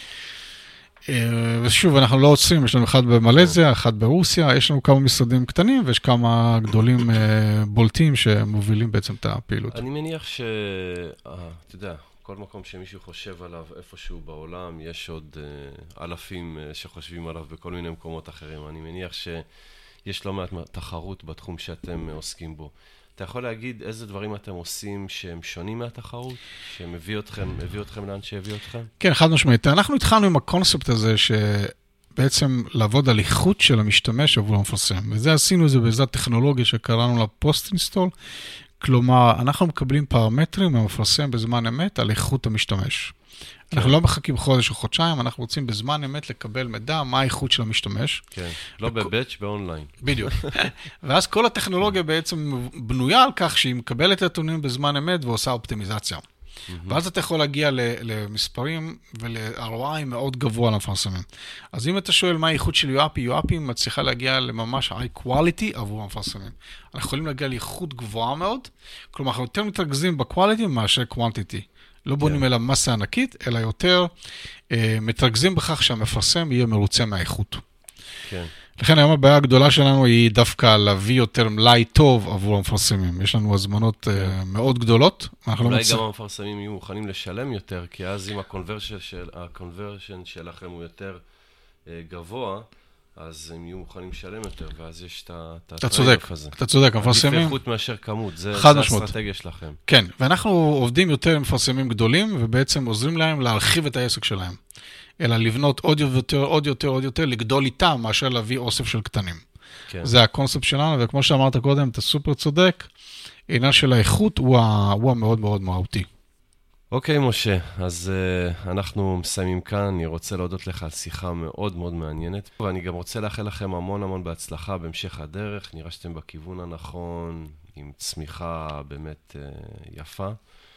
ושוב, אנחנו לא עוצרים, יש לנו אחד במלזיה, אחד ברוסיה, יש לנו כמה משרדים קטנים, ויש כמה גדולים בולטים שמובילים בעצם את הפעילות. אני מניח ש... אתה יודע, כל מקום שמישהו חושב עליו איפשהו בעולם, יש עוד אלפים שחושבים עליו בכל מיני מקומות אחרים. אני מניח שיש לא מעט תחרות בתחום שאתם עוסקים בו. אתה יכול להגיד איזה דברים אתם עושים שהם שונים מהתחרות? שהם הביא אתכם, הביא אתכם לאן שהביא אתכם? כן, חד משמעית. אנחנו התחלנו עם הקונספט הזה שבעצם לעבוד על איכות של המשתמש עבור המפרסם. וזה עשינו את זה בעזרת טכנולוגיה שקראנו לה פוסט-אינסטול. כלומר, אנחנו מקבלים פרמטרים מהמפרסם בזמן אמת על איכות המשתמש. כן. אנחנו לא מחכים חודש או חודשיים, אנחנו רוצים בזמן אמת לקבל מידע מה האיכות של המשתמש. כן, לא וכ... בבאץ' באונליין. בדיוק. ואז כל הטכנולוגיה בעצם בנויה על כך שהיא מקבלת את הנתונים בזמן אמת ועושה אופטימיזציה. ואז אתה יכול להגיע למספרים ול-אר או איי מאוד גבוה למפרסמים. אז אם אתה שואל מה האיכות של יו איי פי, יו איי פי מצליחה להגיע לממש high quality עבור המפרסמים. אנחנו יכולים להגיע לאיכות גבוהה מאוד, כלומר אנחנו יותר מתרכזים ב-quality מאשר quantity. לא בונים אלא מסה ענקית, אלא יותר אה, מתרכזים בכך שהמפרסם יהיה מרוצה מהאיכות. כן. לכן היום הבעיה הגדולה שלנו היא דווקא להביא יותר מלאי טוב עבור המפרסמים. יש לנו הזמנות כן. uh, מאוד גדולות. אולי לא מצ... גם המפרסמים יהיו מוכנים לשלם יותר, כי אז אם הקונברשן של, הקונברשן שלכם הוא יותר uh, גבוה, אז הם יהיו מוכנים לשלם יותר, ואז יש את הטריידאוף הזה. אתה צודק, המפרסמים... עדיף איכות מאשר כמות, זה, זה האסטרטגיה שלכם. כן, ואנחנו עובדים יותר עם מפרסמים גדולים, ובעצם עוזרים להם להרחיב את העסק שלהם. אלא לבנות עוד יותר, עוד יותר, עוד יותר, לגדול איתם, מאשר להביא אוסף של קטנים. כן. זה הקונספט שלנו, וכמו שאמרת קודם, אתה סופר צודק, העניין של האיכות הוא, ה, הוא המאוד מאוד מהותי. אוקיי, משה, אז uh, אנחנו מסיימים כאן. אני רוצה להודות לך על שיחה מאוד מאוד מעניינת, ואני גם רוצה לאחל לכם המון המון בהצלחה בהמשך הדרך. נראה שאתם בכיוון הנכון, עם צמיחה באמת uh, יפה.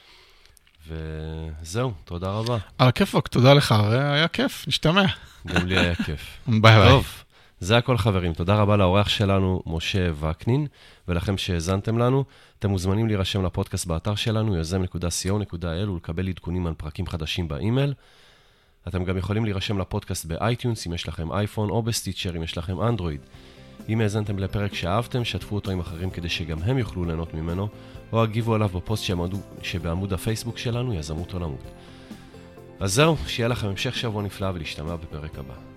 וזהו, תודה רבה. על הכיפוק, תודה לך, היה כיף, נשתמע. גם לי היה כיף. ביי ביי. טוב, זה הכל חברים, תודה רבה לאורח שלנו, משה וקנין, ולכם שהזנתם לנו. אתם מוזמנים להירשם לפודקאסט באתר שלנו, יוזם נקודה סי או נקודה איי אל, ולקבל עדכונים על פרקים חדשים באימייל. אתם גם יכולים להירשם לפודקאסט באייטיונס, אם יש לכם אייפון, או בסטיצ'ר, אם יש לכם אנדרואיד. אם האזנתם לפרק שאהבתם, שתפו אותו עם אחרים כדי שגם הם יוכלו ליהנות ממנו, או הגיבו עליו בפוסט שבעמוד הפייסבוק שלנו, יזמות עולמות. אז זהו, שיהיה לכם המשך שבוע נפלא ולהשתמע בפרק הבא.